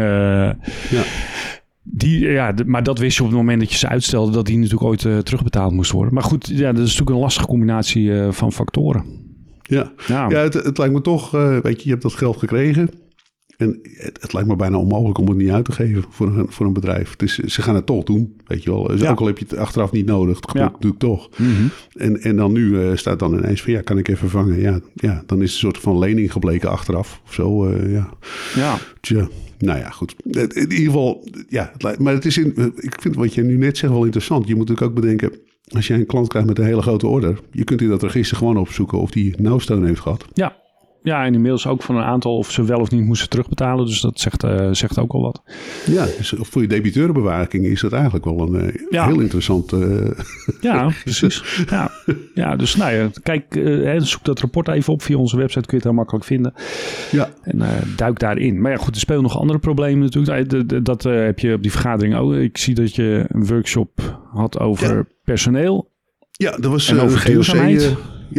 Maar dat wist je op het moment dat je ze uitstelde, dat die natuurlijk ooit terugbetaald moest worden. Maar goed, dat is natuurlijk een lastige combinatie van factoren. Ja. Het lijkt me toch, je hebt dat geld gekregen. En het lijkt me bijna onmogelijk om het niet uit te geven voor een bedrijf. Ze gaan het toch doen, weet je wel. Dus ook al heb je het achteraf niet nodig, dat gebeurt natuurlijk toch. Mm-hmm. En dan nu staat dan ineens van, kan ik even vangen. Ja, dan is het een soort van lening gebleken achteraf. Of zo, Tja. Nou ja, goed. In ieder geval, maar het is ik vind wat je nu net zegt wel interessant. Je moet natuurlijk ook bedenken, als jij een klant krijgt met een hele grote order, je kunt in dat register gewoon opzoeken of die nauwsteun heeft gehad. Ja, en inmiddels ook van een aantal of ze wel of niet moesten terugbetalen. Dus dat zegt ook al wat. Ja, dus voor je debiteurenbewaking is dat eigenlijk wel een heel interessant... Ja, precies. Ja, dus kijk, zoek dat rapport even op via onze website. Kun je het heel makkelijk vinden. Ja. En duik daarin. Maar ja, goed, er spelen nog andere problemen natuurlijk. Dat heb je op die vergadering ook. Ik zie dat je een workshop had over personeel. Ja, dat was en over duurzaamheid.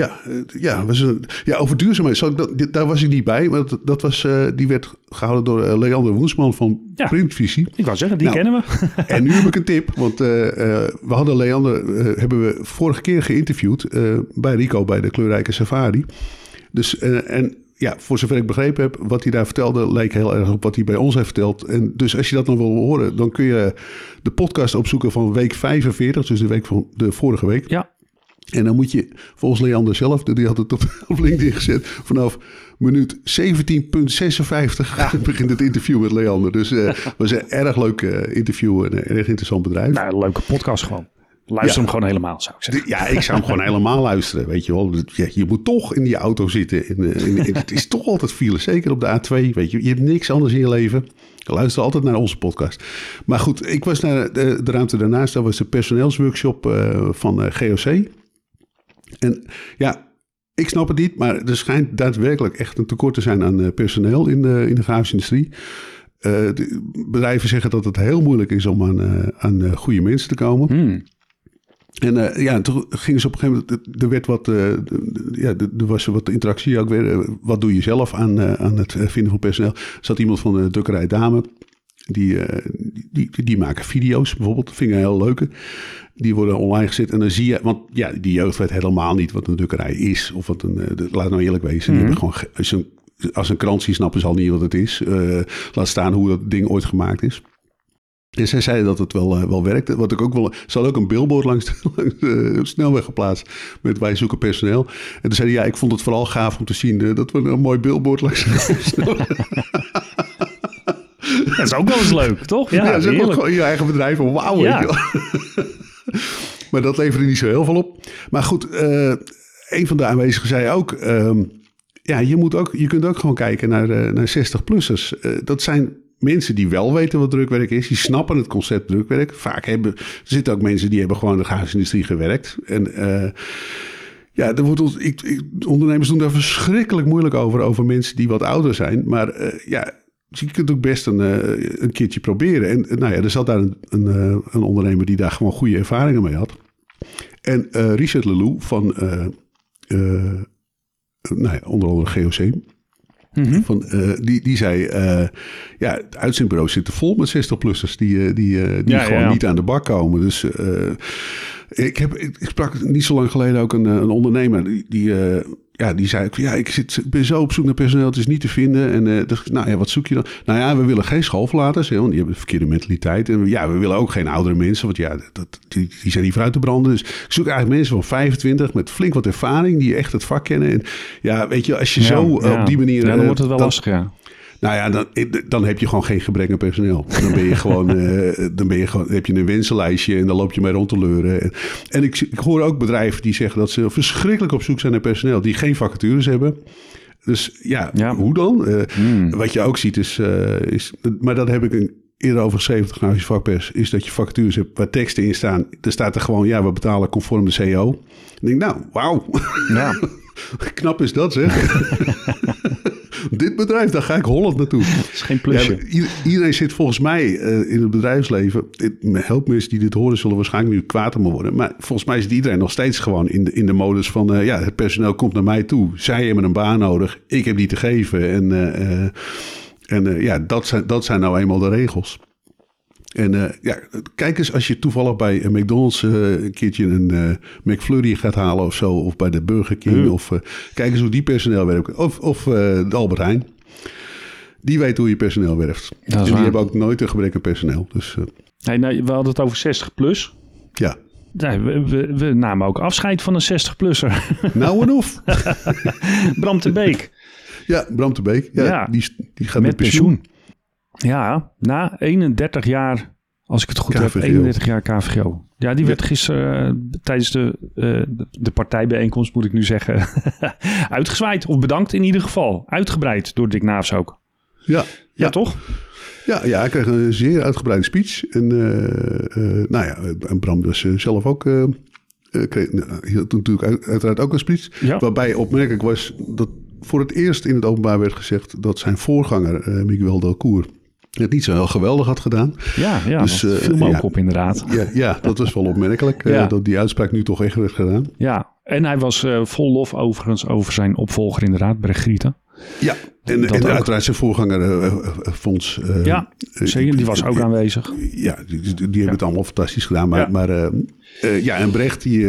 Over duurzaamheid. Daar was ik niet bij. Maar die werd gehouden door Leander Woensman van Printvisie. Ik wou zeggen, die kennen we. En nu heb ik een tip. Want we hadden Leander hebben we vorige keer geïnterviewd bij Rico bij de Kleurrijke Safari. Dus voor zover ik begrepen heb, wat hij daar vertelde, leek heel erg op wat hij bij ons heeft verteld. En dus als je dat nog wil horen, dan kun je de podcast opzoeken van week 45, dus de week van de vorige week. Ja. En dan moet je, volgens Leander zelf, die had het op LinkedIn gezet, vanaf minuut 17,56 begint het interview met Leander. Dus het was een erg leuk interview en een erg interessant bedrijf. Nou, een leuke podcast gewoon. Luister hem gewoon helemaal, zou ik zeggen. Ja, ik zou hem gewoon helemaal luisteren, weet je wel. Je moet toch in die auto zitten. Het is toch altijd file, zeker op de A2, weet je. Je hebt niks anders in je leven. Luister altijd naar onze podcast. Maar goed, ik was naar de ruimte daarnaast. Dat was de personeelsworkshop van GOC. En ja, ik snap het niet, maar er schijnt daadwerkelijk echt een tekort te zijn aan personeel in de grafische industrie. De bedrijven zeggen dat het heel moeilijk is om aan goede mensen te komen. En toen gingen ze op een gegeven moment, er werd er was wat interactie ook weer. Wat doe je zelf aan het vinden van personeel? Er zat iemand van de drukkerij Dame, die maken video's bijvoorbeeld. Dat vind ik een heel leuke. Die worden online gezet en dan zie je, want ja, die jeugd weet helemaal niet wat een drukkerij is. Of wat laat nou eerlijk wezen, die hebben gewoon als een krant zien snappen ze al niet wat het is. Laat staan hoe dat ding ooit gemaakt is. En zij zeiden dat het wel werkte. Wat ik ook wel. Ze hadden ook een billboard langs de snelweg geplaatst. Met wij zoeken personeel. En toen zeiden ik vond het vooral gaaf om te zien dat we een mooi billboard langs de snelweg. Dat is ook wel eens leuk, toch? Ja, ze hebben ook gewoon je eigen bedrijf. Wauw, weet je wel. Maar dat leverde niet zo heel veel op. Maar goed, een van de aanwezigen zei ook... je kunt ook gewoon kijken naar 60-plussers. Dat zijn mensen die wel weten wat drukwerk is. Die snappen het concept drukwerk. Vaak er zitten ook mensen die hebben gewoon in de grafische industrie gewerkt. En ondernemers doen daar verschrikkelijk moeilijk over mensen die wat ouder zijn. Maar je kunt ook best een keertje proberen. En er zat daar een ondernemer die daar gewoon goede ervaringen mee had. En Richard Lelou van onder andere GOC... Die zei, het uitzendbureau zit vol met 60-plussers die gewoon niet aan de bak komen. Dus ik sprak niet zo lang geleden ook een ondernemer die zei, ik ben zo op zoek naar personeel, het is niet te vinden. En wat zoek je dan? Nou ja, we willen geen schoolverlaters, want die hebben de verkeerde mentaliteit. En we willen ook geen oudere mensen, want die zijn niet vooruit te branden. Dus ik zoek eigenlijk mensen van 25 met flink wat ervaring, die echt het vak kennen. En ja, weet je, als je op die manier... Ja, dan wordt het wel lastig, ja. Nou ja, dan heb je gewoon geen gebrek aan personeel. Dan ben je gewoon, heb je een wensenlijstje en dan loop je mee rond te leuren. En ik hoor ook bedrijven die zeggen dat ze verschrikkelijk op zoek zijn naar personeel, die geen vacatures hebben. Dus hoe dan? Wat je ook ziet is, maar dat heb ik eerder over geschreven, de grafische vakpers, is dat je vacatures hebt waar teksten in staan. Er staat er gewoon, we betalen conform de CO. En ik denk, wauw. Ja. Knap is dat, zeg. Dit bedrijf, daar ga ik Holland naartoe. Dat is geen plusje. Iedereen zit volgens mij in het bedrijfsleven. Helpmensen die dit horen zullen waarschijnlijk nu kwaad om me worden. Maar volgens mij zit iedereen nog steeds gewoon in de modus van... het personeel komt naar mij toe. Zij hebben een baan nodig. Ik heb die te geven. En dat zijn nou eenmaal de regels. En kijk eens als je toevallig bij McDonald's een keertje een McFlurry gaat halen of zo. Of bij de Burger King. Of kijk eens hoe die personeel werkt. Of de Albert Heijn. Die weet hoe je personeel werft. En die hebben ook nooit een gebrek aan personeel. Dus, we hadden het over 60 plus. Ja. We namen ook afscheid van een 60-plusser. Nou en of. Bram de Beek. Ja, Bram de Beek. Ja. Die gaat met pensioen. Ja, na 31 jaar, als ik het goed heb, 31 jaar KVGO. Ja, die werd gisteren tijdens de partijbijeenkomst, moet ik nu zeggen, uitgezwaaid. Of bedankt in ieder geval. Uitgebreid door Dick Naafs ook. Ja, toch? Ja, hij kreeg een zeer uitgebreide speech. En en Bram dus zelf ook hield natuurlijk uiteraard ook een speech. Ja. Waarbij opmerkelijk was dat voor het eerst in het openbaar werd gezegd dat zijn voorganger, Miguel Delcourt, het niet zo heel geweldig had gedaan. Ja, dus, dat viel me ook op inderdaad. Ja, dat was wel opmerkelijk. Dat die uitspraak nu toch echt werd gedaan. Ja, en hij was vol lof overigens over zijn opvolger inderdaad, Brecht Grieten. Ja, en uiteraard zijn voorganger Fons. Zeker, die was ook aanwezig. Ja, die hebben het allemaal fantastisch gedaan. Maar en Brecht, die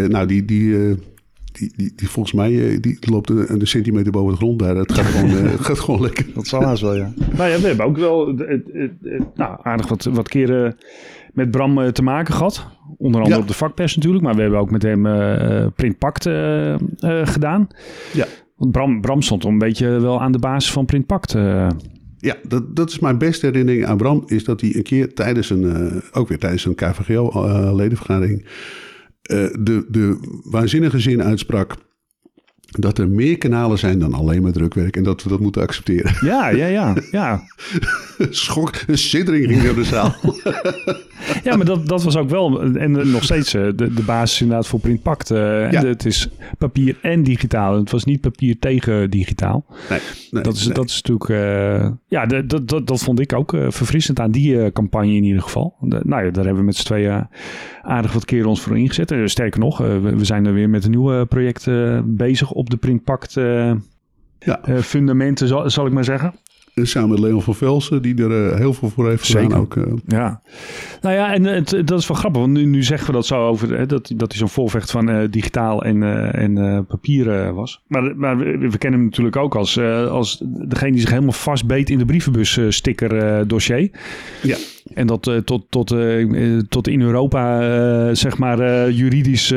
volgens mij die loopt een centimeter boven de grond daar. Het gaat gewoon lekker. Dat zal haast wel, ja. Nou ja, we hebben ook wel aardig wat keren met Bram te maken gehad. Onder andere op de vakpers natuurlijk. Maar we hebben ook met hem Printpact gedaan. Ja. Want Bram stond een beetje wel aan de basis van Printpact. Ja, dat is mijn beste herinnering aan Bram. Is dat hij een keer tijdens een KVGO-ledenvergadering de waanzinnige zin uitsprak dat er meer kanalen zijn dan alleen maar drukwerk en dat we dat moeten accepteren. Ja. Schok, een siddering ging door de zaal. Ja, maar dat was ook wel, en nog steeds de basis inderdaad voor Printpact. Het is papier en digitaal. Het was niet papier tegen digitaal. Nee, dat is natuurlijk, dat vond ik ook verfrissend aan die campagne in ieder geval. Daar hebben we met z'n tweeën aardig wat keren ons voor ingezet. Sterker nog, we zijn er weer met een nieuw project bezig op de Printpact fundamenten, zal ik maar zeggen. Samen met Leon van Velsen, die er heel veel voor heeft gedaan. Ook, Ja. Nou ja, en dat is wel grappig. Want nu zeggen we dat zo over dat hij zo'n voorvecht van digitaal en papier was. Maar we kennen hem natuurlijk ook als degene die zich helemaal vastbeet in de brievenbus sticker dossier. Ja. En dat tot in Europa, juridisch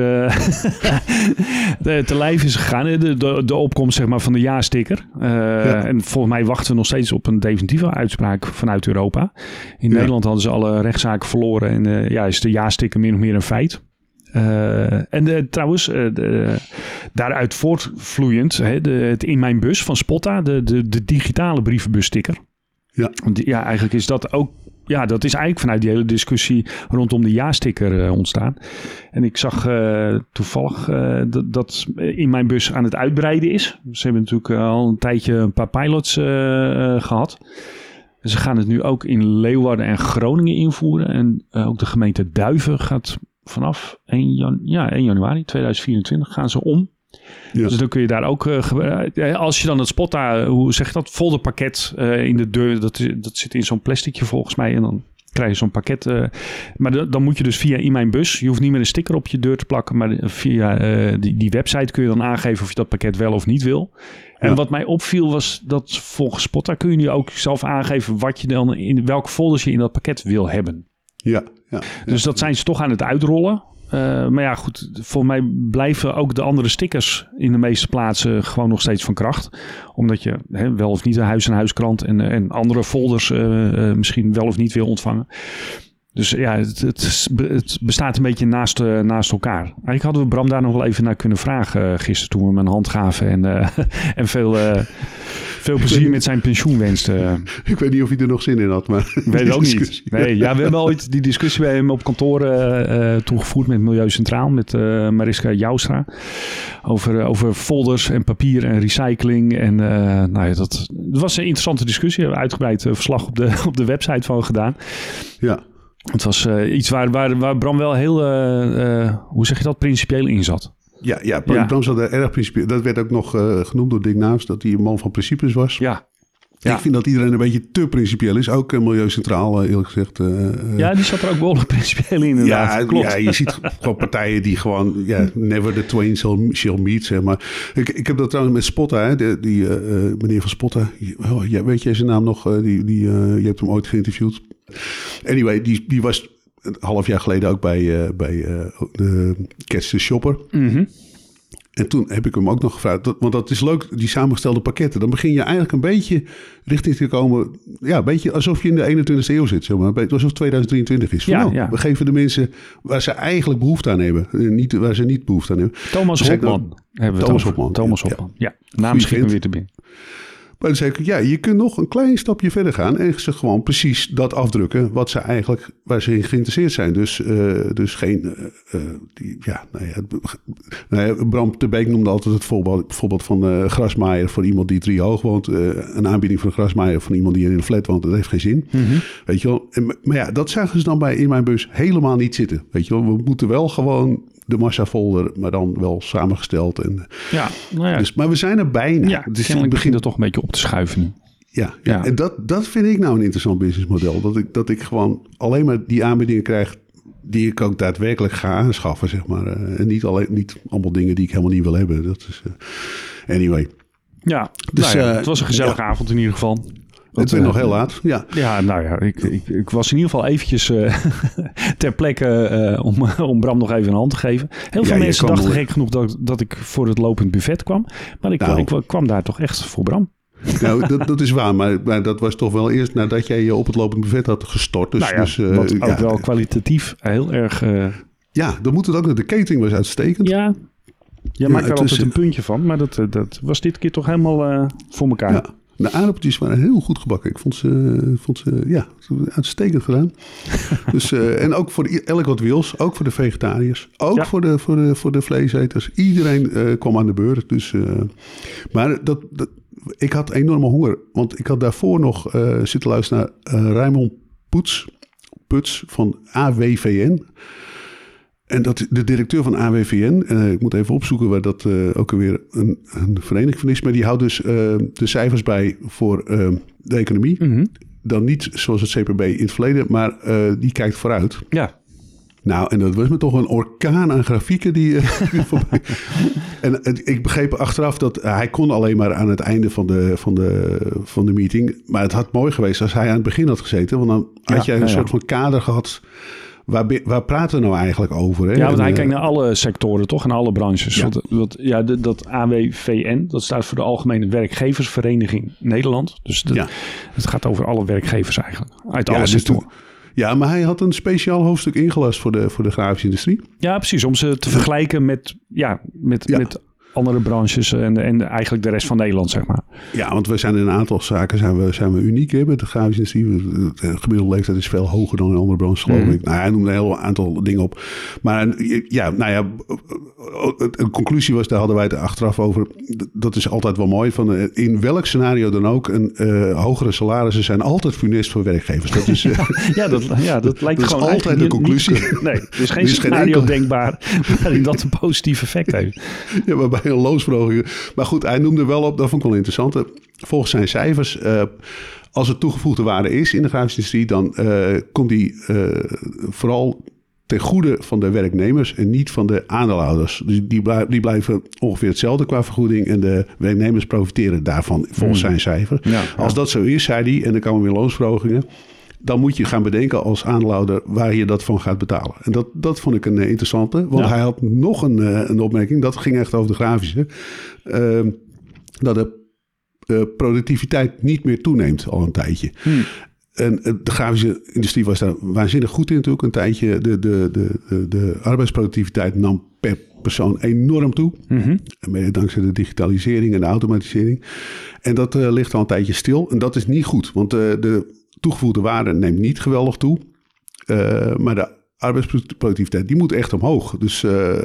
te lijf is gegaan. De opkomst, zeg maar, van de ja-sticker. En volgens mij wachten we nog steeds op een definitieve uitspraak vanuit Europa. In Nederland hadden ze alle rechtszaken verloren. En is de ja-sticker min of meer een feit. Trouwens, daaruit voortvloeiend, het In Mijn Bus van Spotta, de digitale brievenbussticker. Ja. Ja, eigenlijk is dat ook. Ja, dat is eigenlijk vanuit die hele discussie rondom de ja-sticker ontstaan. En ik zag toevallig dat In Mijn Bus aan het uitbreiden is. Ze hebben natuurlijk al een tijdje een paar pilots gehad. Ze gaan het nu ook in Leeuwarden en Groningen invoeren. En ook de gemeente Duiven gaat vanaf 1 januari 2024 gaan ze om. Ja. Dus dan kun je daar ook als je dan het Spotta, hoe zeg je dat, folderpakket in de deur, dat zit in zo'n plasticje volgens mij en dan krijg je zo'n pakket. Maar dan moet je dus via In Mijn Bus, je hoeft niet meer een sticker op je deur te plakken, maar via die website kun je dan aangeven of je dat pakket wel of niet wil. En wat mij opviel was dat volgens Spotta kun je nu ook zelf aangeven wat je dan in welke folders je in dat pakket wil hebben. Ja. Dus dat zijn ze toch aan het uitrollen. Maar ja, goed, volgens mij blijven ook de andere stickers in de meeste plaatsen gewoon nog steeds van kracht. Omdat je wel of niet een huis-en-huiskrant en andere folders misschien wel of niet wil ontvangen. Dus ja, het bestaat een beetje naast elkaar. Eigenlijk hadden we Bram daar nog wel even naar kunnen vragen gisteren toen we hem een hand gaven en veel plezier met zijn pensioen wenste. Ik weet niet of hij er nog zin in had, maar... Ik weet het ook niet. Nee, we hebben ooit die discussie bij hem op kantoor toegevoerd met Milieu Centraal, met Mariska Joustra. Over folders en papier en recycling. En dat was een interessante discussie. We hebben uitgebreid verslag op de website van gedaan. Ja. Het was iets waar Bram wel heel, hoe zeg je dat, principieel in zat. Ja, Bram zat er erg principieel. Dat werd ook nog genoemd door Dick Naafs, dat hij een man van principes was. Ja. Ik vind dat iedereen een beetje te principieel is. Ook Milieu Centraal, eerlijk gezegd. Die zat er ook behoorlijk principieel in, inderdaad. Ja, klopt. Ja, je ziet gewoon partijen die gewoon... never the twain shall meet, zeg maar. Ik heb dat trouwens met Spotta, die meneer van Spotta. Weet jij zijn naam nog? Je hebt hem ooit geïnterviewd. Anyway, die was een half jaar geleden ook bij de Catch the Shopper. Mm-hmm. En toen heb ik hem ook nog gevraagd, want dat is leuk, die samengestelde pakketten. Dan begin je eigenlijk een beetje richting te komen, ja, een beetje alsof je in de 21e eeuw zit, zeg maar. Alsof het 2023 is. We geven de mensen waar ze eigenlijk behoefte aan hebben, niet waar ze niet behoefte aan hebben. Thomas Hopman hebben we Thomas Hopman. Ja, naam schiet me weer te binnen. Maar dan zeg ik, ja, je kunt nog een klein stapje verder gaan en ze gewoon precies dat afdrukken wat ze eigenlijk, waar ze in geïnteresseerd zijn. Dus geen, Bram de Beek noemde altijd het voorbeeld van grasmaaier voor iemand die 3 hoog woont. Een aanbieding voor een grasmaaier van iemand die in een flat woont, dat heeft geen zin. Mm-hmm. Weet je wel? Maar ja, dat zagen ze dan in mijn bus helemaal niet zitten. Weet je wel, we moeten wel gewoon de massa-folder, maar dan wel samengesteld. En, dus, maar we zijn er bijna. Ja, dus kennelijk begint het toch een beetje op te schuiven nu. Ja. En dat vind ik nou een interessant businessmodel. Dat ik gewoon alleen maar die aanbiedingen krijg die ik ook daadwerkelijk ga aanschaffen, zeg maar. En niet allemaal dingen die ik helemaal niet wil hebben. Dat is anyway. Ja, dus, het was een gezellige avond in ieder geval. Het werd nog heel laat, ja. Ja, nou ja, ik was in ieder geval eventjes ter plekke om Bram nog even een hand te geven. Heel veel mensen dachten gek genoeg dat ik voor het lopend buffet kwam. Maar ik kwam daar toch echt voor Bram. Nou, dat is waar, maar dat was toch wel eerst nadat jij je op het lopend buffet had gestort. Dus, wat ook wel kwalitatief heel erg... Ja, dan moet het ook nog. De catering was uitstekend. Ja, jij maakt er altijd een puntje van, maar dat was dit keer toch helemaal voor elkaar. Ja. De aardappeltjes waren heel goed gebakken. Ik vond ze uitstekend gedaan. Dus, en ook voor elk wat wils. Ook voor de vegetariërs. Ook voor de vleeseters. Iedereen kwam aan de beurt. Dus, maar ik had enorme honger. Want ik had daarvoor nog zitten luisteren naar Raymond Puts van AWVN. En dat de directeur van AWVN, ik moet even opzoeken waar dat ook alweer een vereniging van is, maar die houdt dus de cijfers bij voor de economie. Mm-hmm. Dan niet zoals het CPB in het verleden, maar die kijkt vooruit. Ja. Nou, en dat was me toch een orkaan aan grafieken die voorbij. En ik begreep achteraf dat hij kon alleen maar aan het einde van de meeting. Maar het had mooi geweest als hij aan het begin had gezeten, want dan had jij een soort van kader gehad. Waar praten we nou eigenlijk over? Hè? Ja, want hij kijkt naar alle sectoren, toch? En alle branches. Ja. Dat AWVN, dat staat voor de Algemene Werkgeversvereniging Nederland. Dus het gaat over alle werkgevers eigenlijk. Uit alle sectoren. Ja, maar hij had een speciaal hoofdstuk ingelast voor de grafische industrie. Ja, precies. Om ze te vergelijken met andere branches en eigenlijk de rest van Nederland, zeg maar. Ja, want we zijn in een aantal zaken zijn we uniek hè, met de grafische industrie. De gemiddelde leeftijd is veel hoger dan in andere branches, geloof ik. Nou, hij noemde een heel aantal dingen op. Maar een conclusie was, daar hadden wij het achteraf over. Dat is altijd wel mooi. In welk scenario dan ook, hogere salarissen zijn altijd funest voor werkgevers. Dat is, dat lijkt dat gewoon is altijd de conclusie. Nee, er is geen scenario denkbaar waarin dat een positief effect heeft. Ja, maar bij een loonsverhoging. Maar goed, hij noemde wel op, dat vond ik wel interessant. Volgens zijn cijfers, als er toegevoegde waarde is in de grafische industrie, dan komt die vooral ten goede van de werknemers en niet van de aandeelhouders. Dus die blijven ongeveer hetzelfde qua vergoeding en de werknemers profiteren daarvan volgens zijn cijfer. Ja. Als dat zo is, zei hij, en dan komen weer loonsverhogingen, dan moet je gaan bedenken als aandeelhouder waar je dat van gaat betalen. En dat vond ik een interessante. Want hij had nog een opmerking. Dat ging echt over de grafische. Dat de productiviteit niet meer toeneemt al een tijdje. En de grafische industrie was daar waanzinnig goed in natuurlijk. Een tijdje de arbeidsproductiviteit nam per persoon enorm toe. Mm-hmm. Mede dankzij de digitalisering en de automatisering. En dat ligt al een tijdje stil. En dat is niet goed. Want de toegevoegde waarde neemt niet geweldig toe. Maar de arbeidsproductiviteit, die moet echt omhoog. Dus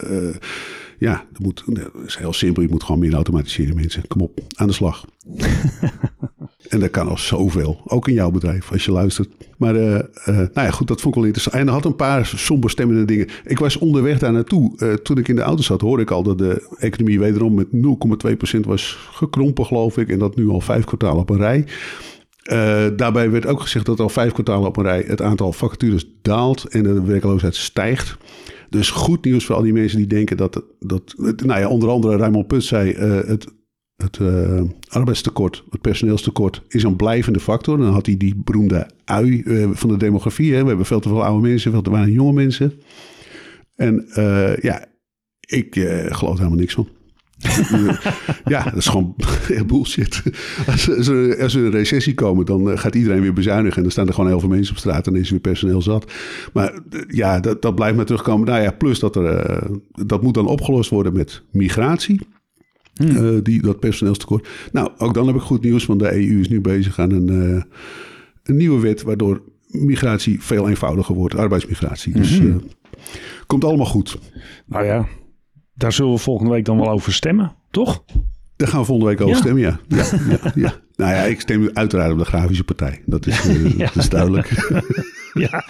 dat is heel simpel. Je moet gewoon meer automatiseren, mensen. Kom op, aan de slag. En dat kan al zoveel. Ook in jouw bedrijf, als je luistert. Maar goed, dat vond ik wel interessant. En hij had een paar somber stemmende dingen. Ik was onderweg daar naartoe. Toen ik in de auto zat, hoorde ik al dat de economie wederom met 0,2% was gekrompen, geloof ik. En dat nu al 5 kwartalen op een rij. Daarbij werd ook gezegd dat al 5 kwartalen op een rij het aantal vacatures daalt en de werkloosheid stijgt. Dus goed nieuws voor al die mensen die denken dat onder andere Raymond Puts zei, het arbeidstekort, het personeelstekort is een blijvende factor. Dan had hij die beroemde ui van de demografie. Hè. We hebben veel te veel oude mensen, veel te weinig jonge mensen. En ik geloof er helemaal niks van. Ja, dat is gewoon bullshit. Als er een recessie komen, dan gaat iedereen weer bezuinigen. En dan staan er gewoon heel veel mensen op straat en dan is er weer personeel zat. Maar ja, dat blijft maar terugkomen. Nou ja, plus dat moet dan opgelost worden met migratie. Dat personeelstekort. Nou, ook dan heb ik goed nieuws, want de EU is nu bezig aan een nieuwe wet waardoor migratie veel eenvoudiger wordt, arbeidsmigratie. Dus komt allemaal goed. Nou ja, daar zullen we volgende week dan wel over stemmen, toch? Daar gaan we volgende week over stemmen, ja. Ja. Nou ja, ik stem uiteraard op de Grafische Partij. Dat is, dat is duidelijk. Ja.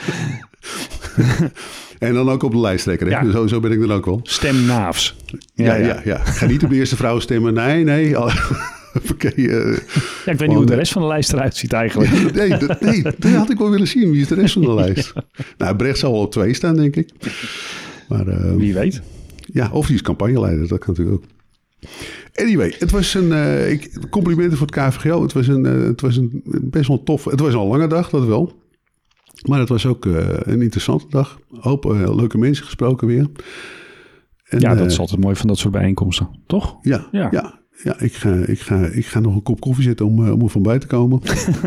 En dan ook op de lijsttrekker. Hè? Ja. Zo ben ik dan ook wel. Stem Naafs. Ja. Ik ga niet op de eerste vrouw stemmen. Nee. Ja, ik weet niet hoe de rest van de lijst eruit ziet eigenlijk. Nee, dat had ik wel willen zien. Wie is de rest van de lijst? Nou, Brecht zal wel op 2 staan, denk ik. Maar, wie weet. Ja, of die is campagneleider. Dat kan natuurlijk ook. Anyway, het was complimenten voor het KVGO. Het was een best wel tof. Het was al een lange dag, dat wel. Maar het was ook een interessante dag. Hoop leuke mensen gesproken weer. En, dat is altijd mooi van dat soort bijeenkomsten, toch? Ja. Ik ga nog een kop koffie zetten om er van bij te komen.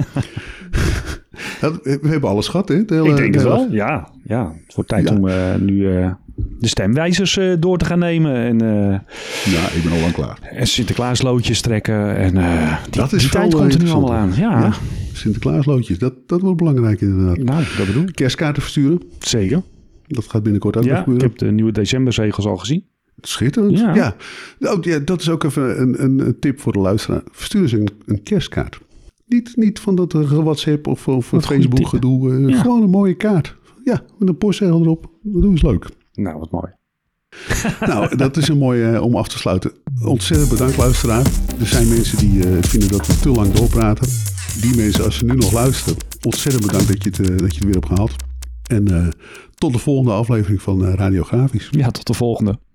We hebben alles gehad, hè? Ik denk het wel, ja. Het wordt tijd om nu de stemwijzers door te gaan nemen. En, ik ben al lang klaar. En Sinterklaasloodjes trekken. En die tijd wel, komt er nu allemaal aan. Ja. Sinterklaasloodjes, dat wordt belangrijk inderdaad. Nou, dat bedoel ik. Kerstkaarten versturen. Zeker. Dat gaat binnenkort ook gebeuren. Ik heb de nieuwe decemberzegels al gezien. Schitterend. Ja. Dat is ook even een tip voor de luisteraar. Verstuur ze een kerstkaart. Niet van dat WhatsApp of Facebook gedoe. Gewoon een mooie kaart. Ja, met een postzegel erop. Dat doen is leuk. Nou, wat mooi. Nou, dat is een mooie om af te sluiten. Ontzettend bedankt, luisteraar. Er zijn mensen die vinden dat we te lang doorpraten. Die mensen, als ze nu nog luisteren, ontzettend bedankt dat je het weer hebt gehaald. En tot de volgende aflevering van Radio Grafisch. Ja, tot de volgende.